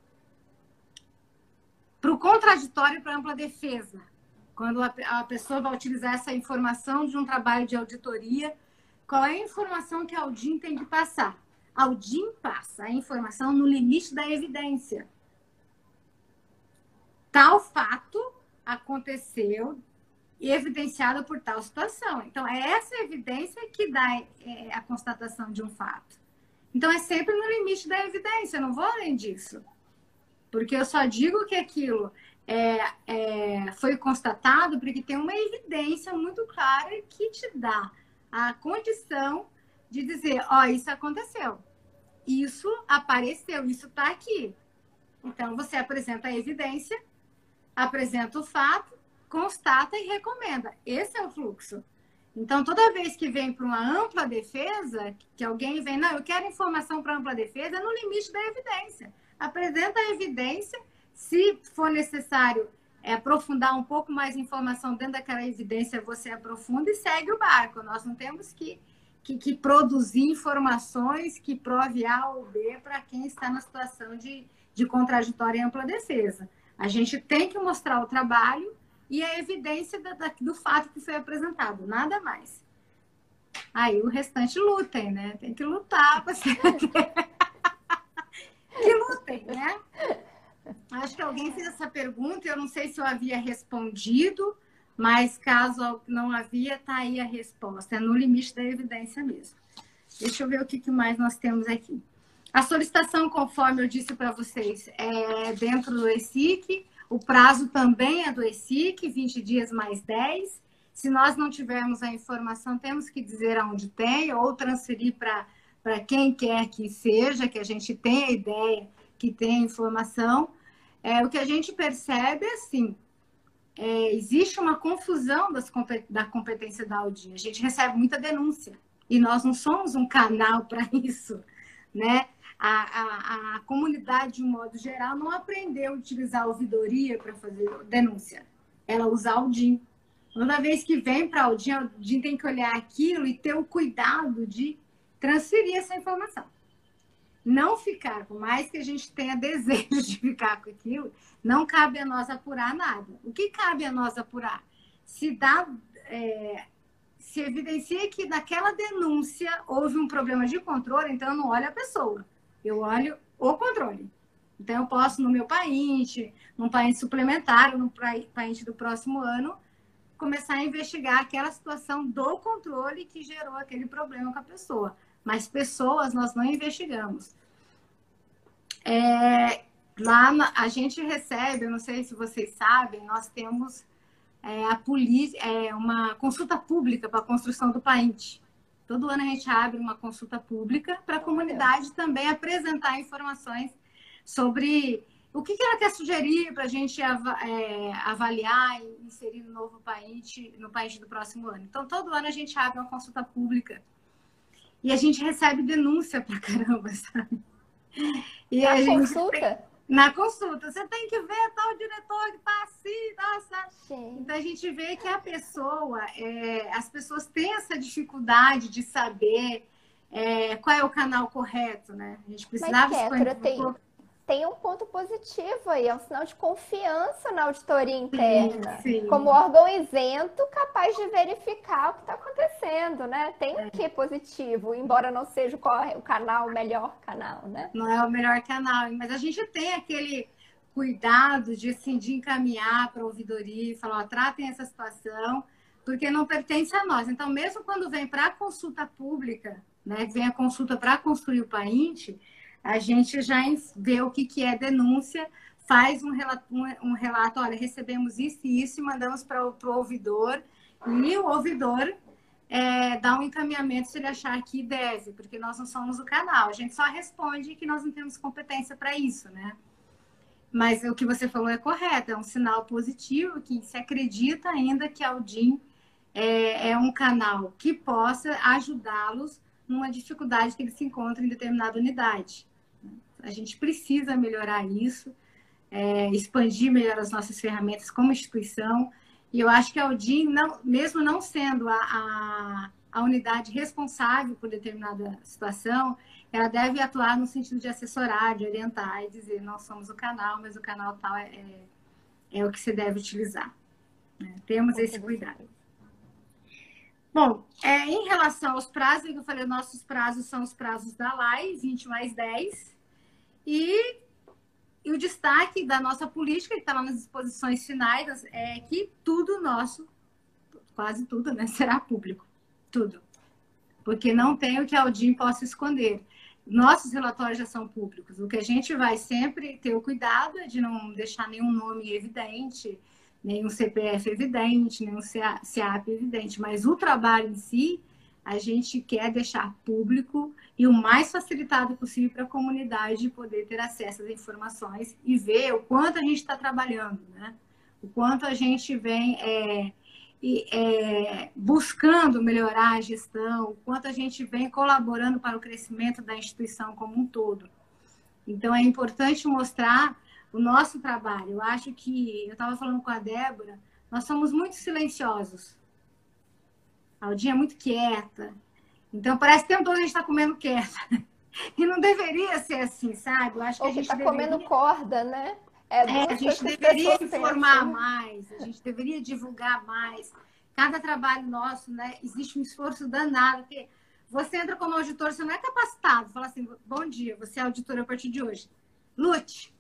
Para o contraditório e para a ampla defesa. Quando a pessoa vai utilizar essa informação de um trabalho de auditoria, qual é a informação que a Aldin tem que passar? A Aldin passa a informação no limite da evidência. Tal fato aconteceu e evidenciado por tal situação. Então, é essa evidência que dá é, a constatação de um fato. Então, é sempre no limite da evidência, eu não vou além disso. Porque eu só digo que aquilo é, é, foi constatado porque tem uma evidência muito clara que te dá a condição de dizer, ó, oh, isso aconteceu, isso apareceu, isso está aqui. Então, você apresenta a evidência, apresenta o fato, constata e recomenda. Esse é o fluxo. Então, toda vez que vem para uma ampla defesa, que alguém vem, não, eu quero informação para ampla defesa, é no limite da evidência. Apresenta a evidência, se for necessário é, aprofundar um pouco mais de informação dentro daquela evidência, você aprofunda e segue o barco. Nós não temos que, que, que produzir informações que prove A ou B para quem está na situação de, de contraditória e ampla defesa. A gente tem que mostrar o trabalho e a evidência da, da, do fato que foi apresentado, nada mais. Aí o restante lutem, né? Tem que lutar para ser... que lutem, né? Acho que alguém fez essa pergunta, eu não sei se eu havia respondido, mas caso não havia, tá aí a resposta. É no limite da evidência mesmo. Deixa eu ver o que mais nós temos aqui. A solicitação, conforme eu disse para vocês, é dentro do E S I C. O prazo também é do E S I C, vinte dias mais dez. Se nós não tivermos a informação, temos que dizer aonde tem ou transferir para para quem quer que seja, que a gente tenha a ideia, que tenha informação. É, o que a gente percebe é assim, é, existe uma confusão das, da competência da Aldin. A gente recebe muita denúncia e nós não somos um canal para isso, né? A, a, a comunidade, de um modo geral, não aprendeu a utilizar a ouvidoria para fazer denúncia. Ela usa a Aldin. Toda vez que vem para a Aldin, a Aldin tem que olhar aquilo e ter o cuidado de transferir essa informação. Não ficar, por mais que a gente tenha desejo de ficar com aquilo, não cabe a nós apurar nada. O que cabe a nós apurar? Se dá, é, se evidencia que naquela denúncia houve um problema de controle, então eu não olho a pessoa, eu olho o controle. Então eu posso, no meu país, num país suplementar, no país do próximo ano, começar a investigar aquela situação do controle que gerou aquele problema com a pessoa. Mas pessoas nós não investigamos. É, lá na, a gente recebe, eu não sei se vocês sabem, nós temos é, a é, uma consulta pública para a construção do país. Todo ano a gente abre uma consulta pública para a comunidade também apresentar informações sobre o que, que ela quer sugerir para a gente av é, avaliar e inserir no novo país, no país do próximo ano. Então, todo ano a gente abre uma consulta pública. E a gente recebe denúncia pra caramba, sabe? E na a gente consulta? Tem... Na consulta. Você tem que ver tal diretor que tá assim, nossa. Sim. Então a gente vê que a pessoa, é... as pessoas têm essa dificuldade de saber é... qual é o canal correto, né? A gente precisava... Mas, Kétura, tem, tem um ponto positivo aí, é um sinal de confiança na auditoria interna. Sim, sim. Como órgão isento, capaz de verificar o que está acontecendo, né? Tem um quê positivo, embora não seja o canal, o melhor canal, né? Não é o melhor canal, mas a gente tem aquele cuidado de, assim, de encaminhar para a ouvidoria e falar, ó, tratem essa situação, porque não pertence a nós. Então, mesmo quando vem para a consulta pública, né, vem a consulta para construir o país, a gente já vê o que, que é denúncia, faz um relato, um, um relato, olha, recebemos isso e isso e mandamos para o ouvidor, e o ouvidor é, dá um encaminhamento se ele achar que deve, porque nós não somos o canal, a gente só responde que nós não temos competência para isso, né? Mas o que você falou é correto, é um sinal positivo, que se acredita ainda que a Aldin é, é um canal que possa ajudá-los numa dificuldade que eles se encontram em determinada unidade. A gente precisa melhorar isso, é, expandir melhor as nossas ferramentas como instituição E eu acho que a Aldin, não, mesmo não sendo a, a, a unidade responsável por determinada situação, ela deve atuar no sentido de assessorar, de orientar e dizer, nós somos o canal, mas o canal tal é, é, é o que você deve utilizar. Né? Temos esse cuidado. Bom, é, em relação aos prazos, eu falei, nossos prazos são os prazos da L A I, vinte mais dez, e, e o destaque da nossa política, que está lá nas disposições finais, é que tudo nosso, quase tudo, né, será público. Tudo. Porque não tem o que a Aldin possa esconder. Nossos relatórios já são públicos. O que a gente vai sempre ter o cuidado é de não deixar nenhum nome evidente, nenhum C P F evidente, nenhum C A P evidente. Mas o trabalho em si, a gente quer deixar público e o mais facilitado possível para a comunidade poder ter acesso às informações e ver o quanto a gente está trabalhando, né? O quanto a gente vem é, é, buscando melhorar a gestão, o quanto a gente vem colaborando para o crescimento da instituição como um todo. Então, é importante mostrar o nosso trabalho. Eu acho que, eu estava falando com a Débora, nós somos muito silenciosos. A Aldinha é muito quieta. Então, parece que o tempo todo a gente está comendo quieta. E não deveria ser assim, sabe? Eu acho que Ou a gente está deveria... comendo corda, né? É, É, a gente deveria informar mais, a gente deveria divulgar mais. Cada trabalho nosso, né, existe um esforço danado, porque você entra como auditor, você não é capacitado. Fala assim, bom dia, você é auditor a partir de hoje. Lute.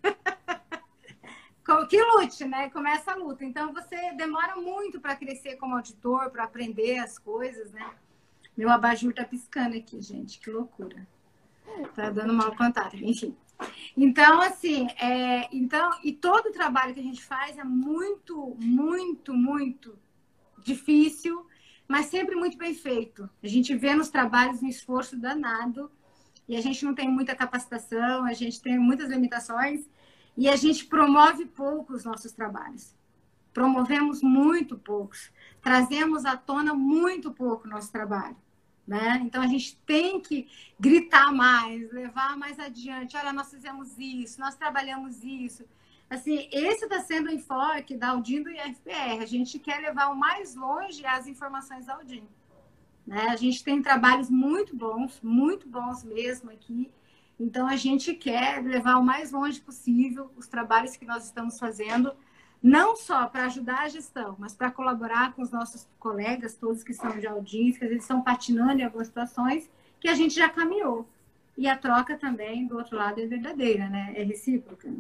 Que lute, né? Começa a luta. Então, você demora muito para crescer como auditor, para aprender as coisas, né? Meu abajur tá piscando aqui, gente. Que loucura. Tá dando mau contato. Enfim. Então, assim, é, então, e todo o trabalho que a gente faz é muito, muito, muito difícil, mas sempre muito bem feito. A gente vê nos trabalhos um esforço danado e a gente não tem muita capacitação, a gente tem muitas limitações e a gente promove pouco os nossos trabalhos. Promovemos muito poucos, trazemos à tona muito pouco o nosso trabalho. Né? Então, a gente tem que gritar mais, levar mais adiante. Olha, nós fizemos isso, nós trabalhamos isso. Assim, esse está sendo o enfoque da Aldin do I F P R. A gente quer levar o mais longe as informações da Aldin. Né? A gente tem trabalhos muito bons, muito bons mesmo aqui. Então, a gente quer levar o mais longe possível os trabalhos que nós estamos fazendo, não só para ajudar a gestão, mas para colaborar com os nossos colegas, todos que são de Aldin, que eles estão patinando em algumas situações que a gente já caminhou. E a troca também, do outro lado, é verdadeira, né? É recíproca.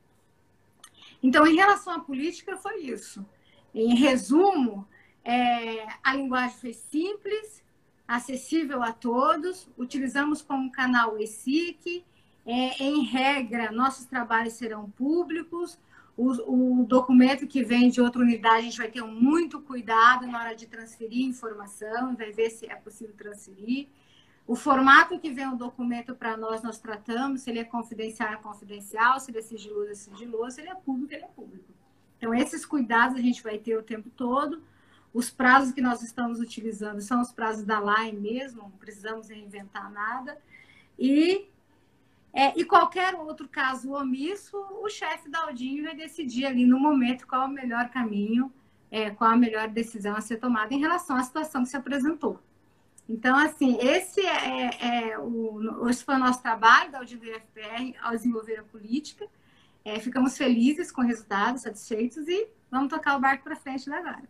Então, em relação à política, foi isso. Em resumo, é, a linguagem foi simples, acessível a todos, utilizamos como canal o E S I C, é, em regra, nossos trabalhos serão públicos. O, o documento que vem de outra unidade, a gente vai ter muito cuidado na hora de transferir informação, vai ver se é possível transferir. O formato que vem o documento para nós, nós tratamos, se ele é confidencial, é confidencial, se ele é sigiloso, é sigiloso, se ele é público, ele é público. Então, esses cuidados a gente vai ter o tempo todo. Os prazos que nós estamos utilizando são os prazos da L A I mesmo, não precisamos reinventar nada. E... É, e qualquer outro caso omisso, o chefe da Aldin vai decidir ali no momento qual é o melhor caminho, é, qual a melhor decisão a ser tomada em relação à situação que se apresentou. Então, assim, esse, é, é o, esse foi o nosso trabalho da Aldin do I F P R ao desenvolver a política. É, ficamos felizes com o resultado, satisfeitos e vamos tocar o barco para frente agora.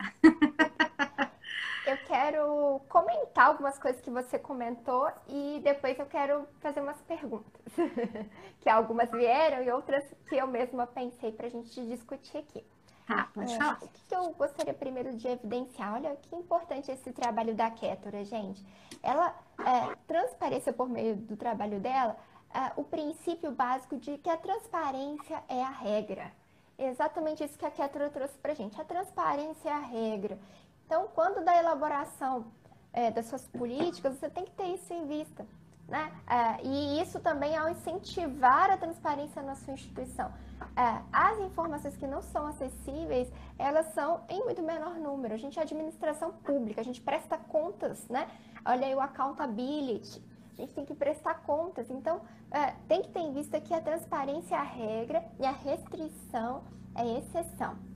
Eu quero comentar algumas coisas que você comentou e depois eu quero fazer umas perguntas. Que algumas vieram e outras que eu mesma pensei para a gente discutir aqui. Tá, pode é, falar. O que eu gostaria primeiro de evidenciar? Olha que importante esse trabalho da Kétora, gente. Ela é, transpareceu por meio do trabalho dela é, o princípio básico de que a transparência é a regra. É exatamente isso que a Kétora trouxe para a gente. A transparência é a regra. Então, quando da elaboração é, das suas políticas, você tem que ter isso em vista, né? É, e isso também ao incentivar a transparência na sua instituição. É, as informações que não são acessíveis, elas são em muito menor número. A gente é administração pública, a gente presta contas, né? Olha aí o accountability, a gente tem que prestar contas. Então, é, tem que ter em vista que a transparência é a regra e a restrição é exceção.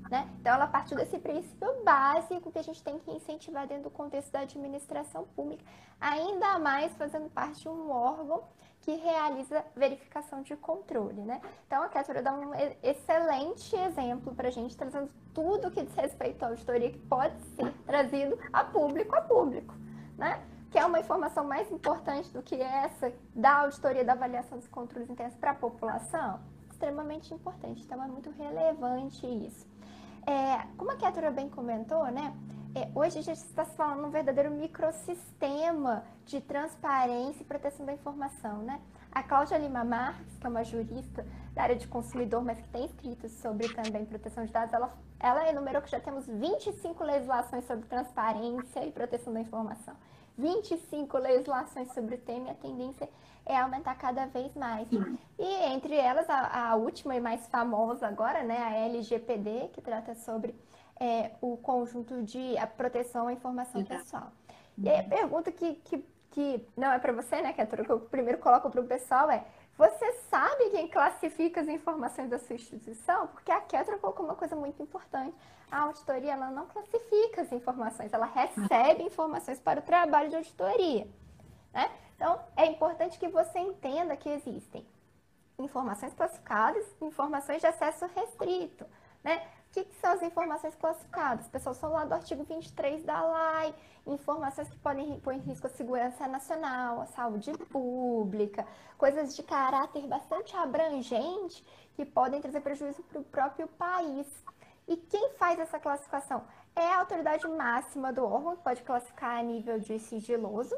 né? Então, ela partiu desse princípio básico que a gente tem que incentivar dentro do contexto da administração pública, ainda mais fazendo parte de um órgão que realiza verificação de controle, né? Então, a Kétura dá um excelente exemplo para a gente, trazendo tudo que diz respeito à auditoria que pode ser trazido a público a público, né? Que é uma informação mais importante do que essa da auditoria da avaliação dos controles internos para a população, extremamente importante. Então, é muito relevante isso. É, como a Kétura bem comentou, né? É, hoje a gente está se falando de um verdadeiro microsistema de transparência e proteção da informação, né? A Cláudia Lima Marques, que é uma jurista da área de consumidor, mas que tem escrito sobre também proteção de dados, ela, ela enumerou que já temos vinte e cinco legislações sobre transparência e proteção da informação. vinte e cinco legislações sobre o tema, e a tendência é aumentar cada vez mais. Sim. E entre elas, a, a última e mais famosa agora, né, a L G P D, que trata sobre é, o conjunto de a proteção à informação Exato. pessoal. Uhum. E aí a pergunta que, que, que não é para você, né, Kétura, que eu primeiro coloco para o pessoal é: você sabe quem classifica as informações da sua instituição? Porque a Kétura colocou uma coisa muito importante. A auditoria, ela não classifica as informações, ela recebe informações para o trabalho de auditoria, né? Então, é importante que você entenda que existem informações classificadas e informações de acesso restrito, né? O que, que são as informações classificadas? Pessoal, são lá do artigo vinte e três da L A I, informações que podem pôr em risco a segurança nacional, a saúde pública, coisas de caráter bastante abrangente que podem trazer prejuízo para o próprio país. E quem faz essa classificação? É a autoridade máxima do órgão, que pode classificar a nível de sigiloso,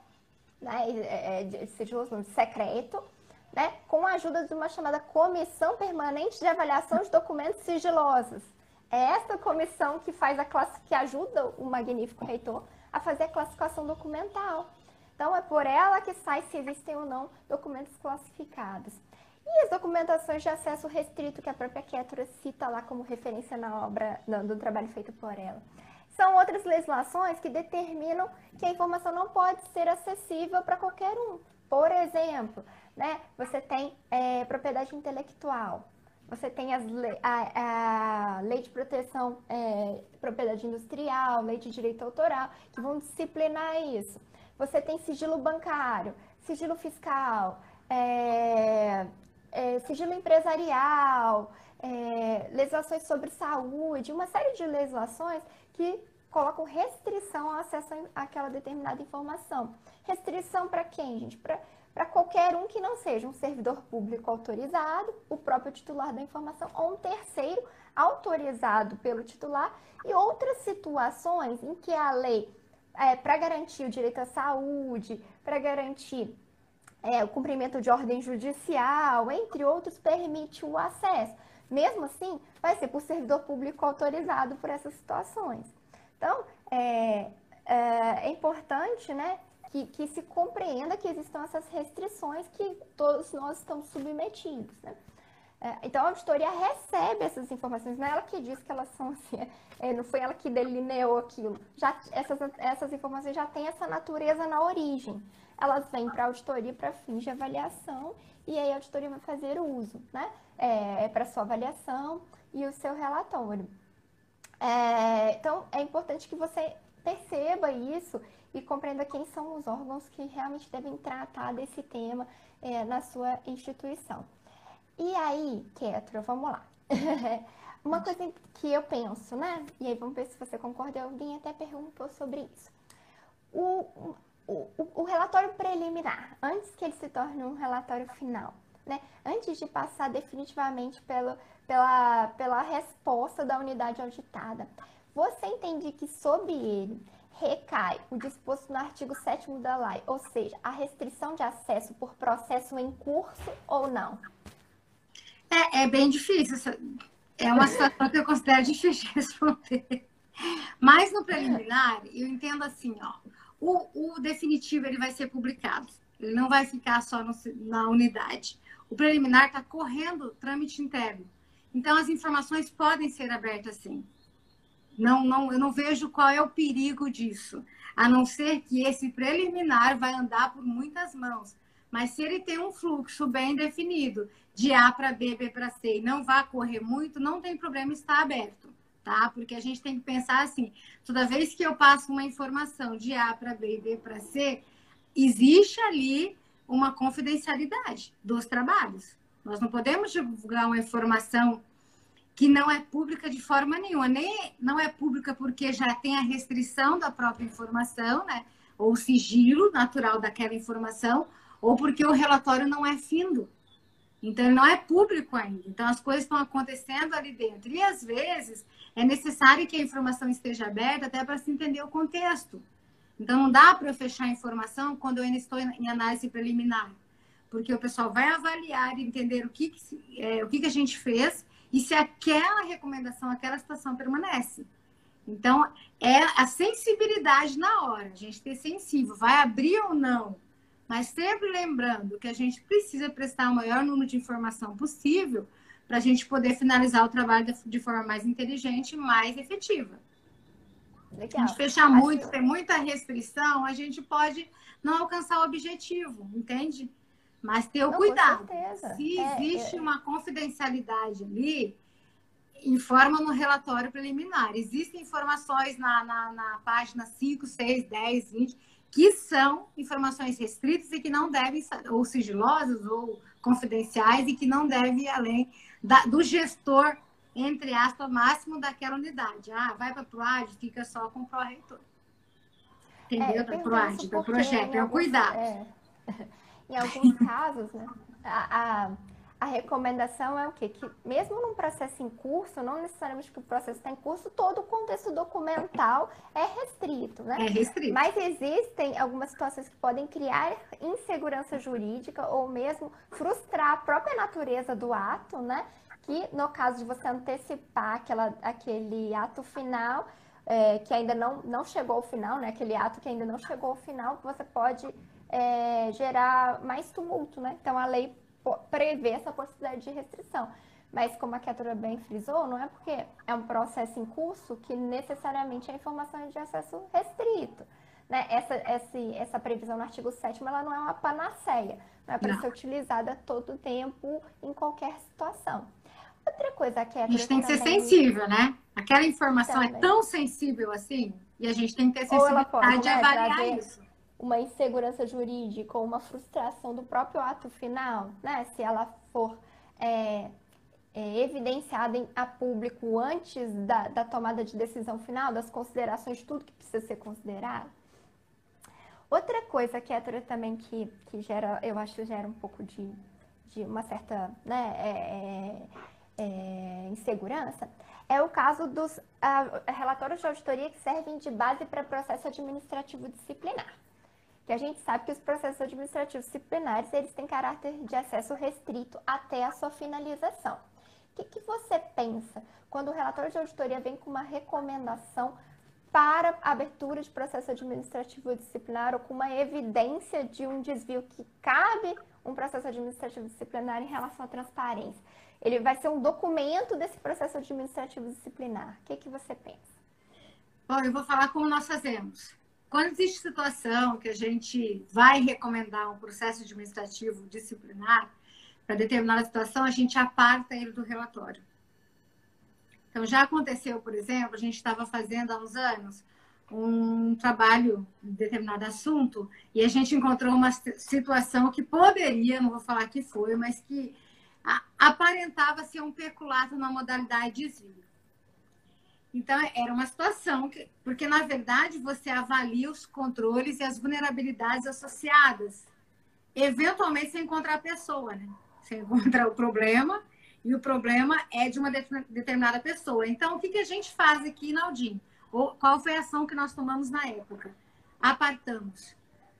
né, é, de sigiloso, não, de secreto, né, com a ajuda de uma chamada Comissão Permanente de Avaliação de Documentos Sigilosos. É essa comissão que faz a classe, que ajuda o magnífico reitor a fazer a classificação documental. Então, é por ela que sai se existem ou não documentos classificados. E as documentações de acesso restrito, que a própria Kétura cita lá como referência na obra, no, do trabalho feito por ela. São outras legislações que determinam que a informação não pode ser acessível para qualquer um. Por exemplo, né, você tem é, propriedade intelectual, você tem as le a, a lei de proteção, é, propriedade industrial, lei de direito autoral, que vão disciplinar isso. Você tem sigilo bancário, sigilo fiscal, é, é, sigilo empresarial, é, legislações sobre saúde, uma série de legislações que colocam restrição ao acesso àquela determinada informação. Restrição para quem, gente? Para qualquer um que não seja um servidor público autorizado, o próprio titular da informação, ou um terceiro autorizado pelo titular, e outras situações em que a lei, é, para garantir o direito à saúde, para garantir é, o cumprimento de ordem judicial, entre outros, permite o acesso. Mesmo assim, vai ser por servidor público autorizado por essas situações. Então, é, é, é importante, né, que, que se compreenda que existam essas restrições que todos nós estamos submetidos, né? É, então, a auditoria recebe essas informações, não é ela que diz que elas são assim, é, não foi ela que delineou aquilo. Já, essas, essas informações já têm essa natureza na origem. Elas vêm para a auditoria para fins de avaliação e aí a auditoria vai fazer o uso, né? É, é para sua avaliação e o seu relatório. É, então, é importante que você perceba isso e compreenda quem são os órgãos que realmente devem tratar desse tema é, na sua instituição. E aí, Kétura, vamos lá. Uma coisa que eu penso, né? E aí vamos ver se você concorda, alguém até perguntou sobre isso. O, o, o relatório preliminar, antes que ele se torne um relatório final, né? Antes de passar definitivamente pelo, pela, pela resposta da unidade auditada, você entende que sobre ele recai o disposto no artigo sétimo da L A I, ou seja, a restrição de acesso por processo em curso ou não? É, é bem difícil. É uma situação que eu considero difícil de responder. Mas no preliminar, eu entendo assim, ó, o, o definitivo ele vai ser publicado. Ele não vai ficar só no, na unidade. O preliminar está correndo trâmite interno. Então, as informações podem ser abertas sim. Não, não, eu não vejo qual é o perigo disso. A não ser que esse preliminar vai andar por muitas mãos. Mas se ele tem um fluxo bem definido, de A para B, B para C, e não vai correr muito, não tem problema estar aberto. tá? Porque a gente tem que pensar assim, toda vez que eu passo uma informação de A para B e B para C, existe ali uma confidencialidade dos trabalhos. Nós não podemos divulgar uma informação que não é pública de forma nenhuma. Nem não é pública porque já tem a restrição da própria informação, né? Ou o sigilo natural daquela informação, ou porque o relatório não é findo. Então, ele não é público ainda. Então, as coisas estão acontecendo ali dentro. E, às vezes, é necessário que a informação esteja aberta até para se entender o contexto. Então, não dá para eu fechar a informação quando eu ainda estou em análise preliminar. Porque o pessoal vai avaliar e entender o que, que, é, o que, que a gente fez e se aquela recomendação, aquela situação permanece. Então, é a sensibilidade na hora. A gente ter sensível. Vai abrir ou não? Mas sempre lembrando que a gente precisa prestar o maior número de informação possível para a gente poder finalizar o trabalho de forma mais inteligente e mais efetiva. Legal. A gente fechar Acho... muito, ter muita restrição, a gente pode não alcançar o objetivo, entende? Mas ter o não, cuidado. Com certeza. Se é, existe é... uma confidencialidade ali, informa no relatório preliminar. Existem informações na, na, na página cinco, seis, dez, vinte... que são informações restritas e que não devem, ou sigilosas, ou confidenciais, e que não devem ir além da, do gestor, entre aspas, máximo daquela unidade. Ah, vai para a PROAD, fica só com o pró-reitor. Entendeu? É, da PROAD, do projeto. É o alguns, cuidado. É, em alguns casos, né, a, a, a recomendação é o quê? Que mesmo num processo em curso, não necessariamente que o processo está em curso, todo o contexto documental é restrito, né? É restrito. Mas existem algumas situações que podem criar insegurança jurídica ou mesmo frustrar a própria natureza do ato, né? Que no caso de você antecipar aquela, aquele ato final, é, que ainda não, não chegou ao final, né? Aquele ato que ainda não chegou ao final, você pode é, gerar mais tumulto, né? Então a lei prevê essa possibilidade de restrição. Mas como a Kétura bem frisou, não é porque é um processo em curso que necessariamente a informação é de acesso restrito. Né? Essa, essa, essa previsão no artigo sétimo, ela não é uma panaceia, não é para ser utilizada todo o tempo, em qualquer situação. Outra coisa que a gente tem que também... ser sensível, né? Aquela informação também. é tão sensível assim, e a gente tem que ter Ou ela sensibilidade pode, de né, avaliar trazer isso. uma insegurança jurídica ou uma frustração do próprio ato final, né? Se ela for é, é, evidenciada em, a público antes da, da tomada de decisão final, das considerações de tudo que precisa ser considerado. Outra coisa que é também que, que gera, eu acho que gera um pouco de, de uma certa, né, é, é, insegurança, é o caso dos uh, relatórios de auditoria que servem de base para processo administrativo disciplinar. Que a gente sabe que os processos administrativos disciplinares, eles têm caráter de acesso restrito até a sua finalização. O que, que você pensa quando o relatório de auditoria vem com uma recomendação para a abertura de processo administrativo disciplinar ou com uma evidência de um desvio que cabe um processo administrativo disciplinar em relação à transparência? Ele vai ser um documento desse processo administrativo disciplinar. O que, que você pensa? Bom, eu vou falar como nós fazemos. Quando existe situação que a gente vai recomendar um processo administrativo disciplinar para determinada situação, a gente aparta ele do relatório. Então, já aconteceu, por exemplo, a gente estava fazendo há uns anos um trabalho em determinado assunto e a gente encontrou uma situação que poderia, não vou falar que foi, mas que aparentava ser um peculato na modalidade de desvio. Então, era uma situação que, porque, na verdade, você avalia os controles e as vulnerabilidades associadas. Eventualmente, você encontra a pessoa, né? Você encontra o problema e o problema é de uma determinada pessoa. Então, o que, que a gente faz aqui na Aldim? Ou qual foi a ação que nós tomamos na época? Apartamos.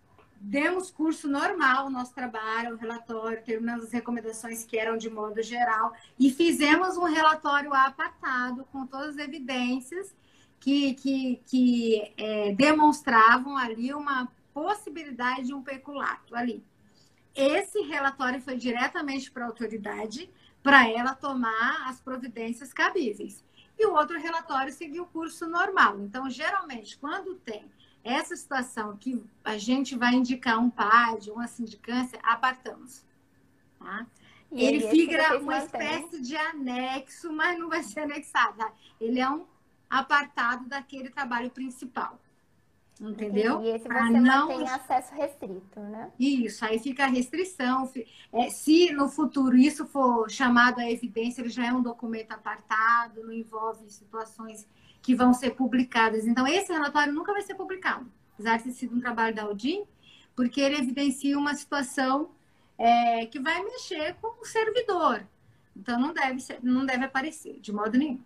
Demos curso normal ao nosso trabalho, o relatório, terminamos as recomendações que eram de modo geral e fizemos um relatório apartado com todas as evidências que, que, que é, demonstravam ali uma possibilidade de um peculato ali. Esse relatório foi diretamente para a autoridade para ela tomar as providências cabíveis. E o outro relatório seguiu o curso normal. Então, geralmente, quando tem essa situação que a gente vai indicar um P A D, uma sindicância, apartamos. Tá? E ele aí, esse fica vocês uma mantêm. espécie de anexo, mas não vai ser anexado. Tá? Ele é um apartado daquele trabalho principal. Entendeu? Entendi. E esse Para você não. mantém acesso restrito, né? Isso, aí fica a restrição. fi- é, se no futuro isso for chamado à evidência, ele já é um documento apartado, não envolve situações que vão ser publicadas. Então, esse relatório nunca vai ser publicado, apesar de ter sido um trabalho da Audin, porque ele evidencia uma situação é, que vai mexer com o servidor. Então, não deve, ser, não deve aparecer, de modo nenhum.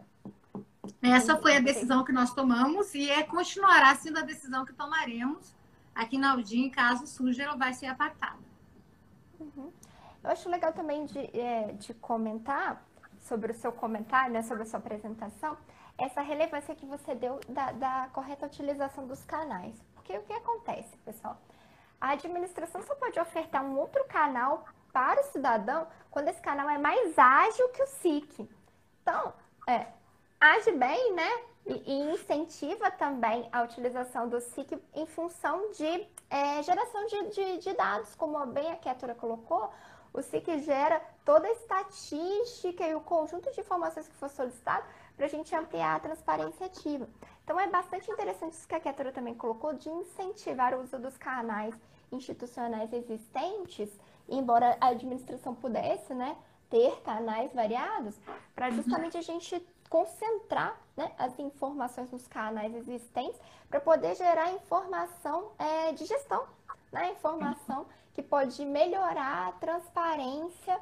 Essa foi a decisão que nós tomamos e é, continuará sendo a decisão que tomaremos aqui na Audin, caso surja, ela vai ser apartada. Uhum. Eu acho legal também de, é, de comentar sobre o seu comentário, né, sobre a sua apresentação, essa relevância que você deu da, da correta utilização dos canais. Porque o que acontece, pessoal? A administração só pode ofertar um outro canal para o cidadão quando esse canal é mais ágil que o S I C. Então, é, age bem, né? E, e incentiva também a utilização do S I C em função de é, geração de, de, de dados, como bem a Kétura colocou. O S I C gera toda a estatística e o conjunto de informações que for solicitado para a gente ampliar a transparência ativa. Então, é bastante interessante isso que a Kétura também colocou, de incentivar o uso dos canais institucionais existentes, embora a administração pudesse, né, ter canais variados, para justamente a gente concentrar, né, as informações nos canais existentes para poder gerar informação é, de gestão, né, informação que pode melhorar a transparência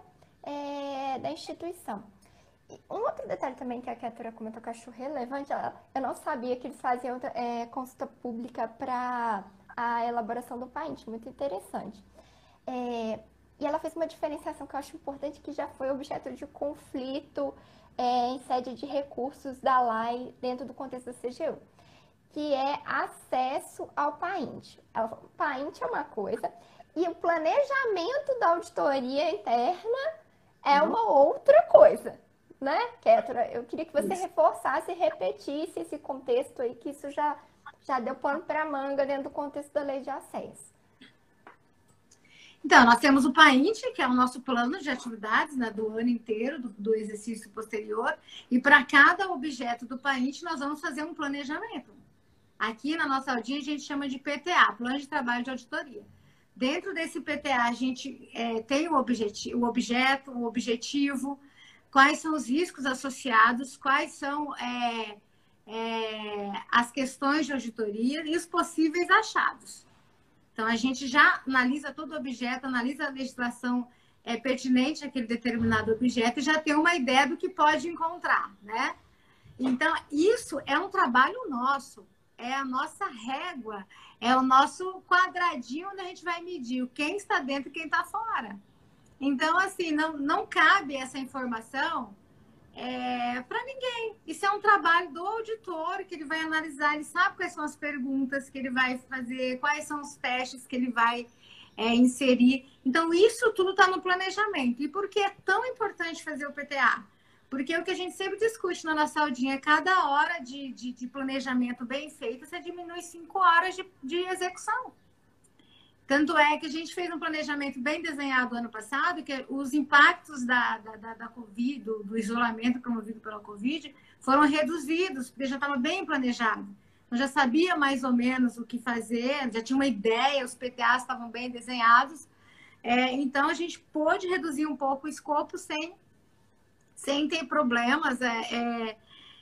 é, da instituição. E um outro detalhe também que a Kétura comentou que eu acho relevante, ela, eu não sabia que eles faziam é, consulta pública para a elaboração do paint, muito interessante. É, e ela fez uma diferenciação que eu acho importante, que já foi objeto de conflito é, em sede de recursos da L A I dentro do contexto da C G U, que é acesso ao paint. Ela falou, o paint é uma coisa e o planejamento da auditoria interna é uma outra coisa, né, Kétura? Eu queria que você reforçasse e repetisse esse contexto aí, que isso já, já deu pano para manga dentro do contexto da lei de acesso. Então, nós temos o paint, que é o nosso plano de atividades, né, do ano inteiro, do, do exercício posterior, e para cada objeto do paint nós vamos fazer um planejamento. Aqui na nossa Audin a gente chama de P T A, Plano de Trabalho de Auditoria. Dentro desse P T A a gente é, tem o, objeti o objeto, o objetivo, quais são os riscos associados, quais são é, é, as questões de auditoria e os possíveis achados. Então, a gente já analisa todo o objeto, analisa a legislação é, pertinente àquele determinado objeto e já tem uma ideia do que pode encontrar, né? Então, isso é um trabalho nosso, é a nossa régua, é o nosso quadradinho onde a gente vai medir quem está dentro e quem está fora. Então, assim, não, não cabe essa informação é, para ninguém. Isso é um trabalho do auditor, que ele vai analisar, ele sabe quais são as perguntas que ele vai fazer, quais são os testes que ele vai é, inserir. Então, isso tudo está no planejamento. E por que é tão importante fazer o P T A? Porque é o que a gente sempre discute na nossa audinha, cada hora de, de, de planejamento bem feito, você diminui cinco horas de, de execução. Tanto é que a gente fez um planejamento bem desenhado ano passado, que os impactos da, da, da, da Covid, do, do isolamento promovido pela Covid, foram reduzidos, porque já estava bem planejado. Eu já sabia mais ou menos o que fazer, já tinha uma ideia, os P T As estavam bem desenhados. É, então, a gente pôde reduzir um pouco o escopo sem, sem ter problemas é, é,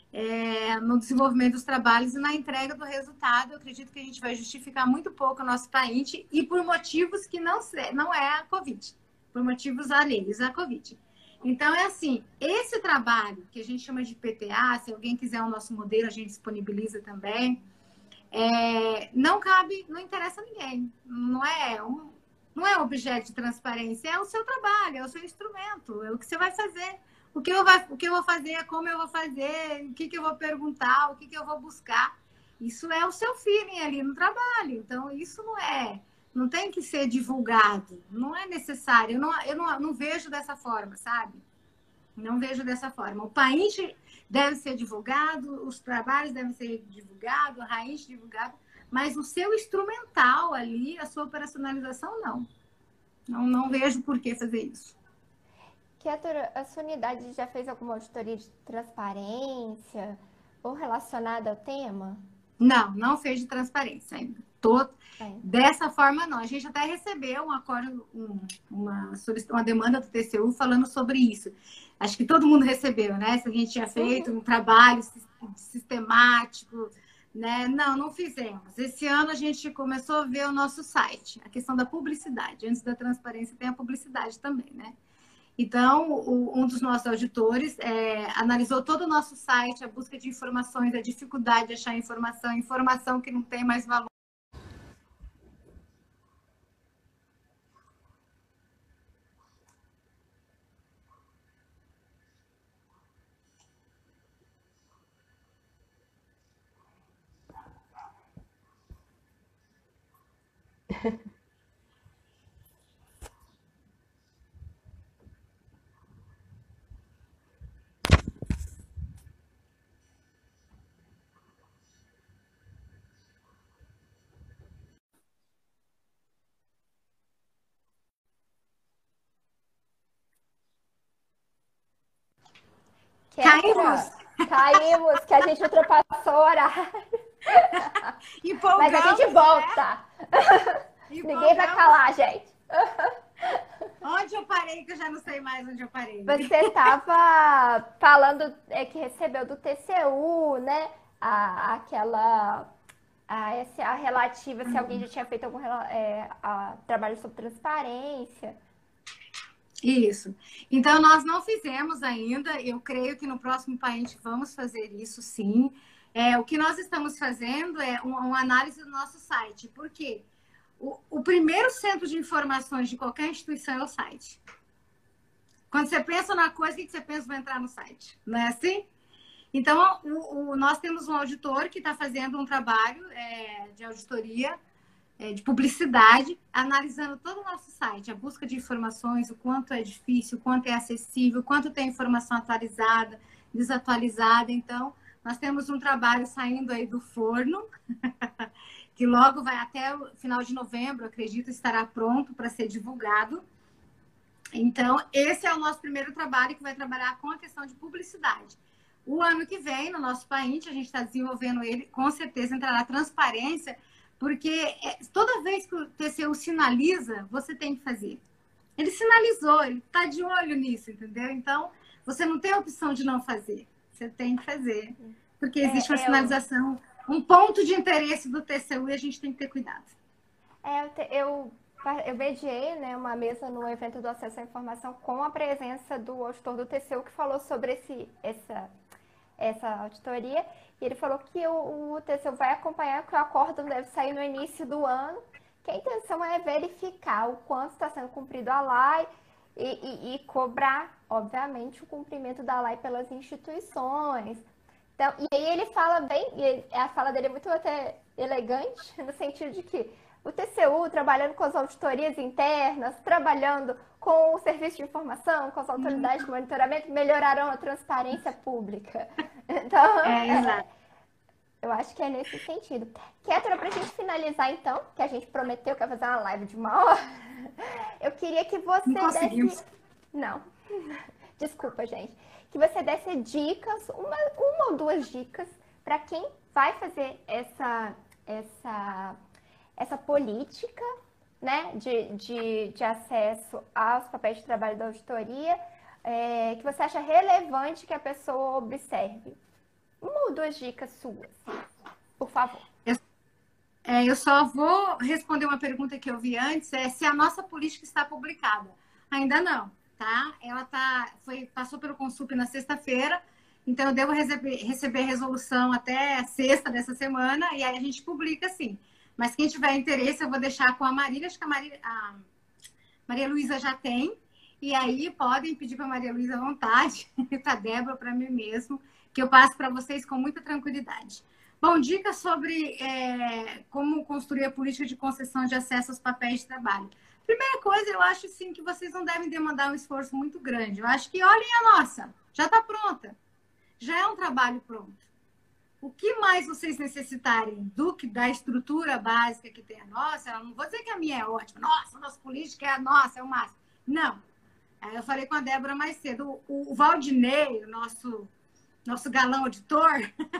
é, no desenvolvimento dos trabalhos e na entrega do resultado. Eu acredito que a gente vai justificar muito pouco o nosso paint e por motivos que não, não é a Covid, por motivos alheios à Covid. Então, é assim, esse trabalho que a gente chama de P T A, se alguém quiser o nosso modelo, a gente disponibiliza também, é, não cabe, não interessa a ninguém, não é um, não é objeto de transparência, é o seu trabalho, é o seu instrumento, é o que você vai fazer. O que eu, vai, o que eu vou fazer, como eu vou fazer, o que, que eu vou perguntar, o que, que eu vou buscar. Isso é o seu feeling ali no trabalho. Então, isso não é, não tem que ser divulgado, não é necessário. Eu não, eu não, não vejo dessa forma, sabe? Não vejo dessa forma. O paint deve ser divulgado, os trabalhos devem ser divulgados, a raiz divulgada, mas o seu instrumental ali, a sua operacionalização, não. Não, não vejo por que fazer isso. Kétura, a sua unidade já fez alguma auditoria de transparência ou relacionada ao tema? Não, não fez de transparência ainda. Tô... É. Dessa forma, não. A gente até recebeu um acordo, um, uma, uma demanda do T C U falando sobre isso. Acho que todo mundo recebeu, né? Se a gente tinha feito um trabalho sistemático, né? Não, não fizemos. Esse ano a gente começou a ver o nosso site, a questão da publicidade. Antes da transparência tem a publicidade também, né? Então, o, um dos nossos auditores é, analisou todo o nosso site, a busca de informações, a dificuldade de achar informação, informação que não tem mais valor. Caímos! Caímos, que a gente ultrapassou o horário. Mas a gente volta. Né? Ninguém vai calar, gente. Onde eu parei, que eu já não sei mais onde eu parei. Você estava falando é, que recebeu do T C U, né? A, aquela... A, essa, a relativa, se alguém já tinha feito algum é, a, trabalho sobre transparência. Isso. Então, nós não fizemos ainda. Eu creio que no próximo país vamos fazer isso, sim. É, o que nós estamos fazendo é uma, uma análise do nosso site. Por quê? O, o primeiro centro de informações de qualquer instituição é o site. Quando você pensa numa coisa, o que você pensa? Vai entrar no site. Não é assim? Então, o, o, nós temos um auditor que está fazendo um trabalho é, de auditoria, é, de publicidade, analisando todo o nosso site, a busca de informações, o quanto é difícil, o quanto é acessível, o quanto tem informação atualizada, desatualizada. Então, nós temos um trabalho saindo aí do forno, que logo vai até o final de novembro, acredito, estará pronto para ser divulgado. Então, esse é o nosso primeiro trabalho, que vai trabalhar com a questão de publicidade. O ano que vem, no nosso país, a gente está desenvolvendo ele, com certeza entrará transparência, porque toda vez que o T C U sinaliza, você tem que fazer. Ele sinalizou, ele está de olho nisso, entendeu? Então, você não tem a opção de não fazer. Você tem que fazer, porque existe é, uma sinalização, eu... um ponto de interesse do T C U e a gente tem que ter cuidado. É, eu, te, eu, eu mediei, né, uma mesa no evento do acesso à informação com a presença do auditor do T C U que falou sobre esse, essa, essa auditoria. E ele falou que o, o T C U vai acompanhar, que o acórdão deve sair no início do ano, que a intenção é verificar o quanto está sendo cumprido a lei e, e, e cobrar, obviamente, o cumprimento da lei pelas instituições. Então, e aí ele fala bem, e ele, a fala dele é muito até elegante, no sentido de que o T C U, trabalhando com as auditorias internas, trabalhando com o serviço de informação, com as autoridades de monitoramento, melhorarão a transparência pública. Então, é, exato. Eu acho que é nesse sentido. Kétura, para a gente finalizar, então, que a gente prometeu que ia fazer uma live de uma hora, eu queria que você Não desse... Não. Desculpa, gente. Que você desse dicas, uma, uma ou duas dicas, para quem vai fazer essa, essa, essa política, né, de, de, de acesso aos papéis de trabalho da auditoria, é, que você acha relevante que a pessoa observe. Uma ou duas dicas suas, por favor. Eu, é, eu só vou responder uma pergunta que eu vi antes, é se a nossa política está publicada. Ainda não, tá? Ela tá, foi, passou pelo Consup na sexta-feira, então eu devo receber, receber resolução até sexta dessa semana, e aí a gente publica sim. Mas quem tiver interesse, eu vou deixar com a Marília, acho que a Maria, a Maria Luísa já tem, e aí podem pedir para a Maria Luísa à vontade, para a Débora, para mim mesmo, que eu passo para vocês com muita tranquilidade. Bom, dicas sobre é, como construir a política de concessão de acesso aos papéis de trabalho. Primeira coisa, eu acho sim que vocês não devem demandar um esforço muito grande. Eu acho que, olhem a nossa, já está pronta. Já é um trabalho pronto. O que mais vocês necessitarem do que da estrutura básica que tem a nossa, eu não vou dizer que a minha é ótima. Nossa, a nossa política é a nossa, é o máximo. Não. Aí eu falei com a Débora mais cedo. O, o Valdinei, o nosso, nosso galão auditor,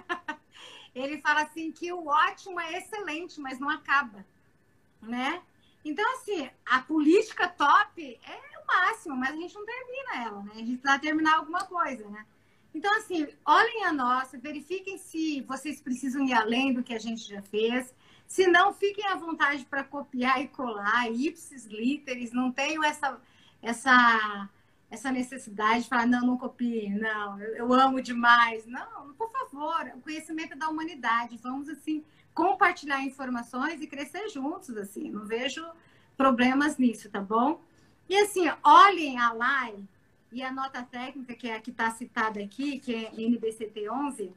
ele fala assim que o ótimo é excelente, mas não acaba, né? Então, assim, a política top é o máximo, mas a gente não termina ela, né? A gente precisa terminar alguma coisa, né? Então, assim, olhem a nossa, verifiquem se vocês precisam ir além do que a gente já fez. Se não, fiquem à vontade para copiar e colar, ipsis literis, não tenho essa, essa, essa necessidade de falar, não, não copie, não, eu, eu amo demais. Não, por favor, o conhecimento é da humanidade. Vamos, assim, compartilhar informações e crescer juntos, assim. Não vejo problemas nisso, tá bom? E, assim, olhem a live e a nota técnica, que é a que está citada aqui, que é N B C T onze.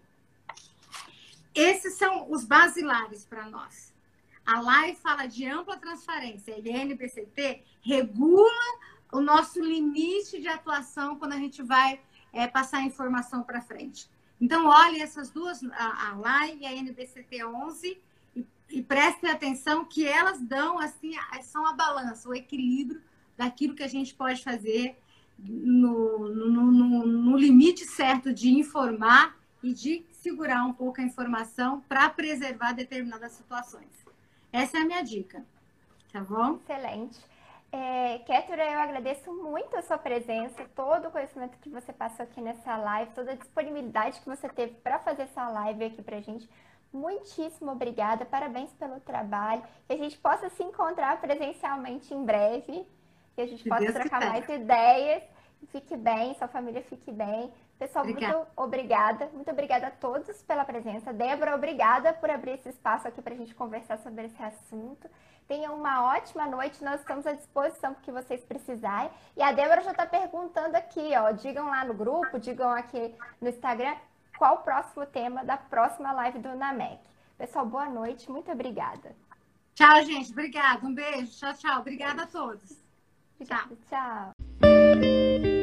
Esses são os basilares para nós. A L A I fala de ampla transparência e a N B C T regula o nosso limite de atuação quando a gente vai é, passar a informação para frente. Então, olhem essas duas, a, a L A I e a N B C T onze, e, e prestem atenção que elas dão, assim, são a balança, o equilíbrio daquilo que a gente pode fazer no, no, no, no limite certo de informar e de segurar um pouco a informação para preservar determinadas situações. Essa é a minha dica, tá bom? Excelente. É, Kétura, eu agradeço muito a sua presença, todo o conhecimento que você passou aqui nessa live, toda a disponibilidade que você teve para fazer essa live aqui pra gente. Muitíssimo obrigada, parabéns pelo trabalho, que a gente possa se encontrar presencialmente em breve, que a gente Se possa Deus trocar quiser. mais ideias. Fique bem, sua família fique bem. Pessoal, Obrigada. muito obrigada. Muito obrigada a todos pela presença. Débora, obrigada por abrir esse espaço aqui para a gente conversar sobre esse assunto. Tenham uma ótima noite. Nós estamos à disposição para o que vocês precisarem. E a Débora já está perguntando aqui, ó. Digam lá no grupo, digam aqui no Instagram qual o próximo tema da próxima live do Unamec. Pessoal, boa noite. Muito obrigada. Tchau, gente. Obrigada. Um beijo. Tchau, tchau. Obrigada a todos. Obrigada. Tchau.